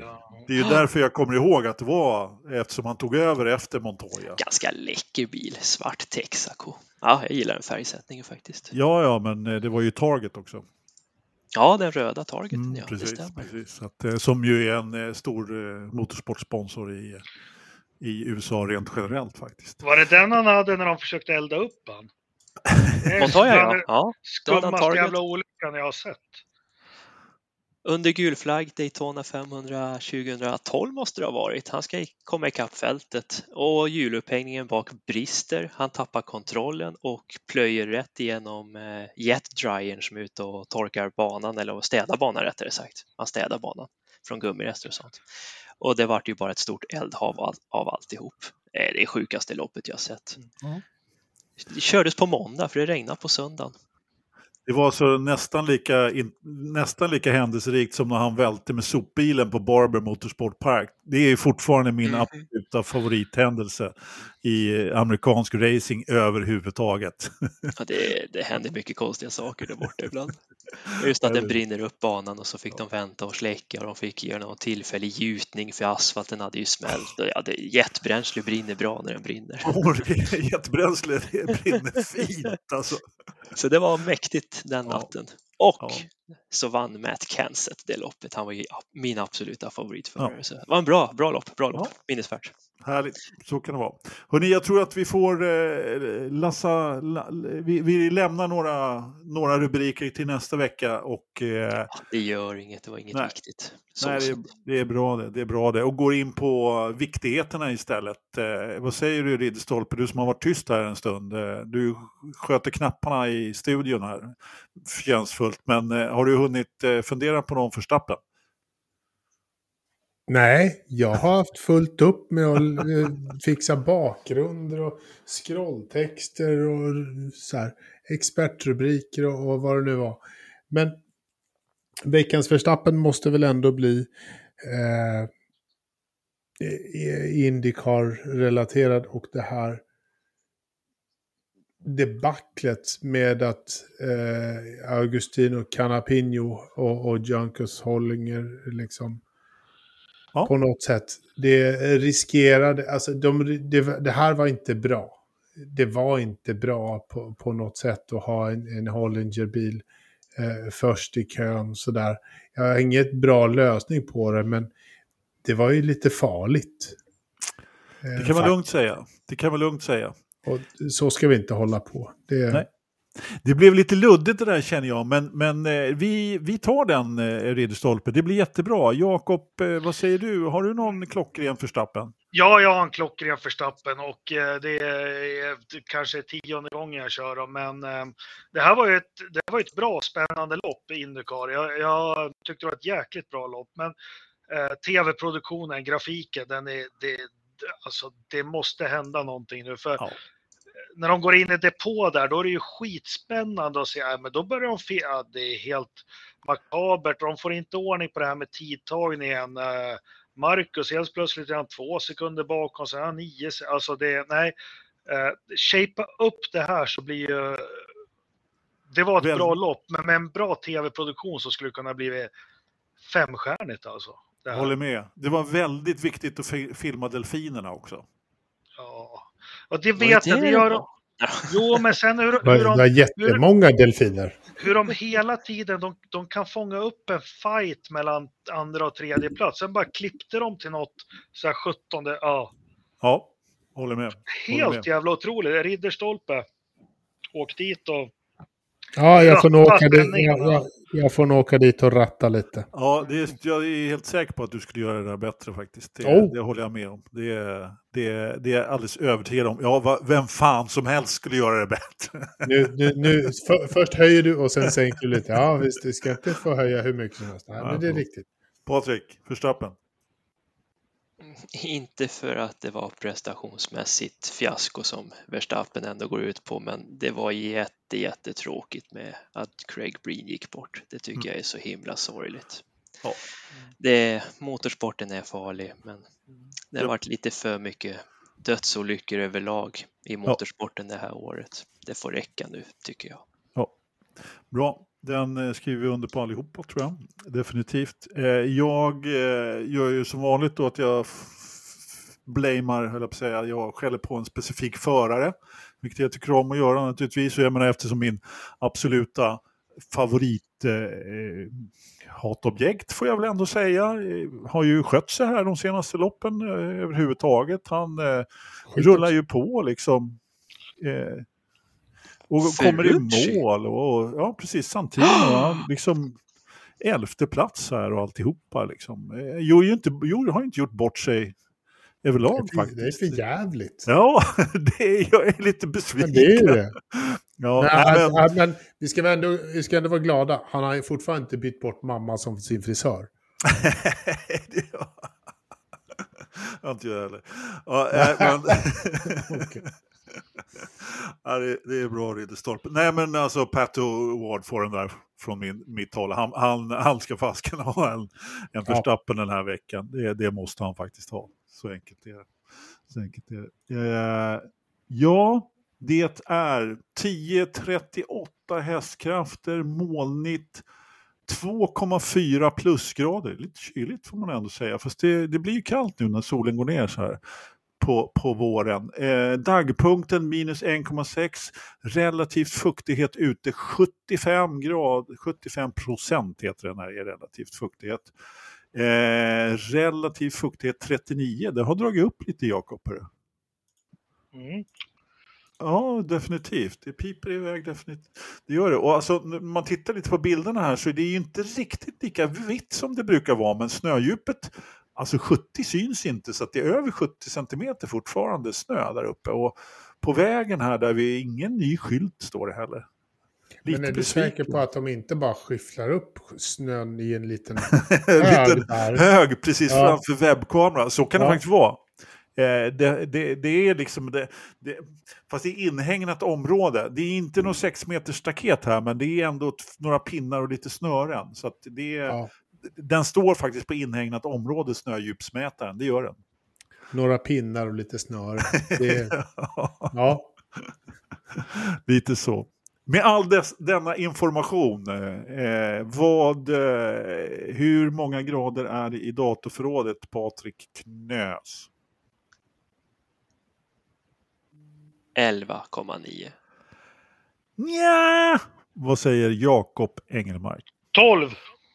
Det är ju därför jag kommer ihåg att det var, eftersom han tog över efter Montoya. Ganska läcker bil, svart Texaco. Ja, jag gillar den färgsättningen faktiskt. Ja, ja, men det var ju Target också. Ja, den röda Targeten, Mm, ja, precis, det stämmer. precis. Att, som ju är en stor motorsportsponsor i, i U S A rent generellt faktiskt. Var det den han hade när de försökte elda upp han? Montoya, ja. ja. Skummaste jävla olyckan jag har sett. Under gulflagg Daytona femhundra tjugohundratolv måste det ha varit. Han ska komma ikapp fältet och hjulupphängningen bak brister. Han tappar kontrollen och plöjer rätt igenom jetdryern som är ute och torkar banan, eller städar banan rättare sagt. Han städar banan från gummirester och sånt. Och det var ju bara ett stort eldhav av, av alltihop. Det är det sjukaste loppet jag sett. Mm. Det kördes på måndag för det regnade på söndagen. Det var så nästan lika, in, nästan lika händelserikt som när han välte med sopbilen på Barber Motorsport Park. Det är fortfarande min mm. absoluta favorithändelse i amerikansk racing överhuvudtaget. Ja, det, det händer mycket konstiga saker där borta ibland. Just att den brinner upp banan och så fick de vänta och släcka och de fick göra någon tillfällig gjutning för asfalten hade ju smält. Och ja, det, jetbränsle brinner bra när den brinner. Oh, jetbränsle det brinner fint alltså. Så det var mäktigt den natten. Och ja. så vann Matt Kenseth det loppet. Han var ju min absoluta favoritförare. Ja. Så det var en bra, bra lopp, bra lopp. Ja. Minnesvärt. Härligt, så kan det vara. Hörrni, jag tror att vi får eh, lassa, la, vi, vi lämnar några, några rubriker till nästa vecka. Och, eh, ja, det gör inget, det var inget nej. viktigt. Så nej, det är, det är bra det, det är bra det. Och går in på viktigheterna istället. Eh, vad säger du Ridderstolpe, du som har varit tyst här en stund. Eh, du sköter knapparna i studion här, förtjänstfullt. Men eh, har du hunnit eh, fundera på någon Verstappen? Nej, jag har haft fullt upp med att fixa bakgrunder och scrolltexter och så här, expertrubriker och, och vad det nu var. Men veckans Verstappen måste väl ändå bli eh, IndyCar-relaterad, och det här debaclet med att eh, Agustino Canapino och, och Juncus Hollinger liksom ja. på något sätt. Det riskerade, alltså de, det, det här var inte bra. Det var inte bra på, på något sätt att ha en, en Hollinger-bil eh, först i kön sådär. Jag har inget bra lösning på det, men det var ju lite farligt. Eh, det kan man lugnt säga. Det kan man lugnt säga. Och så ska vi inte hålla på. Det... Nej. Det blev lite luddigt det där känner jag, men, men eh, vi, vi tar den eh, Ridderstolpe. Det blir jättebra. Jakob, eh, vad säger du? Har du någon klockren Verstappen? Ja, jag har en klockren Verstappen och eh, det är kanske tionde gången jag kör dem. Men eh, det här var ju ett, det var ett bra, spännande lopp i IndyCar. Jag, jag tyckte det var ett jäkligt bra lopp, men eh, tv-produktionen, grafiken, den är, det, alltså, det måste hända någonting nu. För ja. När de går in i depå där, då är det ju skitspännande att se, ja, men då börjar de, ja, det är helt makabert, de får inte ordning på det här med tidtagningen. Marcus helt plötsligt är han två sekunder bakom, så är han nio, alltså det, nej, uh, shapea upp det här så blir ju, det var ett Väl... bra lopp, men med en bra tv-produktion så skulle det kunna bli femstjärnigt alltså. Jag håller med, det var väldigt viktigt att f- filma delfinerna också. Ja. Och det vet jag, det gör de. Jo, men sen hur, hur de... Det är jättemånga hur, delfiner. Hur de hela tiden, de, de kan fånga upp en fight mellan andra och tredje plats. Sen bara klippte de till något så här sjuttonde, ja. Ja, håller med. Helt håller med. jävla otroligt. Ridderstolpe. Åk dit och... Ja, jag får, nog åka dit, jag, jag, jag får nog åka dit och ratta lite. Ja, det är, jag är helt säker på att du skulle göra det där bättre faktiskt. Det, oh. det håller jag med om. Det, det, det är alldeles övertygad om. Ja, vem fan som helst skulle göra det bättre. Nu, nu, nu, för, först höjer du och sen sänker du lite. Ja, visst, du ska inte få höja hur mycket som helst. Nej, ja, men det är riktigt. Patrik, Verstappen. Inte för att det var prestationsmässigt fiasko som Verstappen ändå går ut på, men det var jätte, jättetråkigt med att Craig Breen gick bort. Det tycker mm. jag är så himla sorgligt. Ja. Det, motorsporten är farlig, men det har ja. varit lite för mycket dödsolyckor överlag i motorsporten ja. det här året. Det får räcka nu, tycker jag. Ja. Bra. Den skriver vi under på allihopa, tror jag. Definitivt. Jag gör ju som vanligt då att jag blamar, höll jag på att säga, jag skäller på en specifik förare. Vilket jag tycker om att göra naturligtvis. Och jag menar, eftersom min absoluta favorit eh, hatobjekt, får jag väl ändå säga, har ju skött sig här de senaste loppen eh, överhuvudtaget. Han eh, rullar ju på liksom. Eh, och kommer i mål och ja, precis samtidigt han liksom elfte plats här och alltihopa liksom. Jo, ju inte, jo, har inte gjort bort sig överlag det är, faktiskt. Det är för jävligt. Ja, det är, jag är lite besviken. Men det är ju det. Ja, men, men, men vi, ska ändå, vi ska ändå vara glada. Han har ju fortfarande inte bytt bort mamma som sin frisör. ja. Jag inte jag heller. Ja, äh, men... okay. Ja, det, det är bra Ridderstolpe. Nej, men alltså Pato Ward får den där från min, mitt håll. Han, han, han ska fasken ha en, en Verstappen ja. den här veckan. Det, det måste han faktiskt ha. Så enkelt är det. Så enkelt är det. Eh, ja, det är tio trettioåtta hästkrafter, molnigt, två komma fyra plusgrader. Lite kyligt får man ändå säga. Fast det, det blir ju kallt nu när solen går ner så här. På, på våren. Eh, dagpunkten minus en komma sex. Relativt fuktighet ute sjuttiofem grad. sjuttiofem procent heter den här är relativt fuktighet. Eh, relativ fuktighet trettionio. Det har dragit upp lite, Jakob. Mm. Ja, definitivt. Det piper iväg definitivt. Det gör det. Och alltså, när man tittar lite på bilderna här så är det ju inte riktigt lika vitt som det brukar vara. Men snödjupet, alltså sjuttio syns inte, så att det är över sjuttio centimeter fortfarande snö där uppe. Och på vägen här där vi ingen ny skylt står det heller. Lite men är du besviken. säker på att de inte bara skyfflar upp snön i en liten hög, hög precis ja. framför webbkameran? Så kan ja. det faktiskt vara. Eh, det, det, det är liksom det, det, fast det är inhägnat område. Det är inte någon sex meters staket här, men det är ändå t- några pinnar och lite snören. Så att det är, ja. Den står faktiskt på inhägnat område, snödjupsmätaren. Det gör den. Några pinnar och lite snöre. Det är... ja. Lite så. Med all dess, denna information, eh, vad, eh, hur många grader är det i datorförrådet, Patrik Knös? elva komma nio. Nja, vad säger Jakob Engelmark? tolv.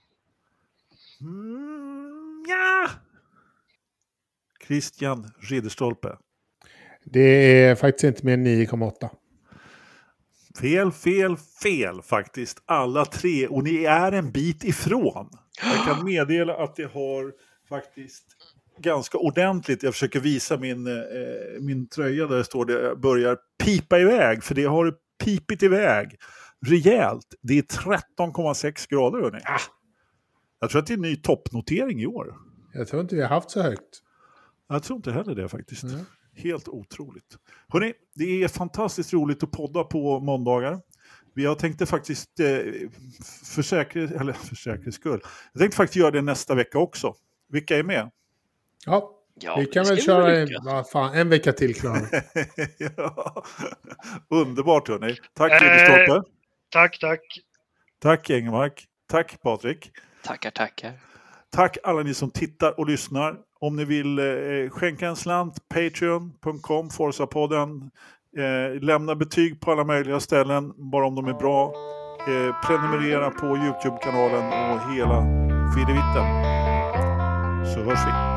Mm, ja. Christian Ridderstolpe. Det är faktiskt inte mer än nio komma åtta. Fel, fel, fel faktiskt. Alla tre. Och ni är en bit ifrån. Jag kan meddela att det har faktiskt ganska ordentligt. Jag försöker visa min, eh, min tröja där det står det börjar pipa iväg. För det har pipit iväg rejält. Det är tretton komma sex grader. Hörni. Ah. Jag tror att det är en ny toppnotering i år. Jag tror inte vi har haft så högt. Jag tror inte heller det faktiskt. Mm. Helt otroligt. Hörrni, det är fantastiskt roligt att podda på måndagar. Vi har tänkt faktiskt eh, för, säker, eller för säkerhets skull. Jag tänkte faktiskt göra det nästa vecka också. Vilka är med? Ja, ja vi kan väl köra en, vad fan, en vecka till klar. ja. Underbart hörni. Tack Ridderstolpe. Eh, tack, tack. Tack Engelmark. Tack Patrik. Tackar, tackar. Tack alla ni som tittar och lyssnar. Om ni vill eh, skänka en slant, patreon punkt com, Forza-podden. Eh, lämna betyg på alla möjliga ställen, bara om de är bra. Eh, prenumerera på YouTube-kanalen och hela videvitten. Så hörs vi.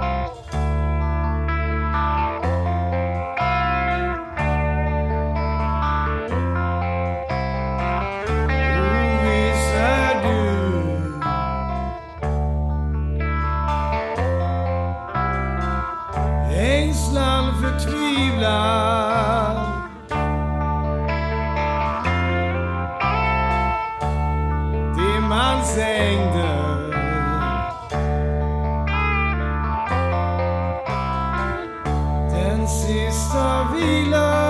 Ängslan förtvivlan, dimmans ängder, den sista vilan.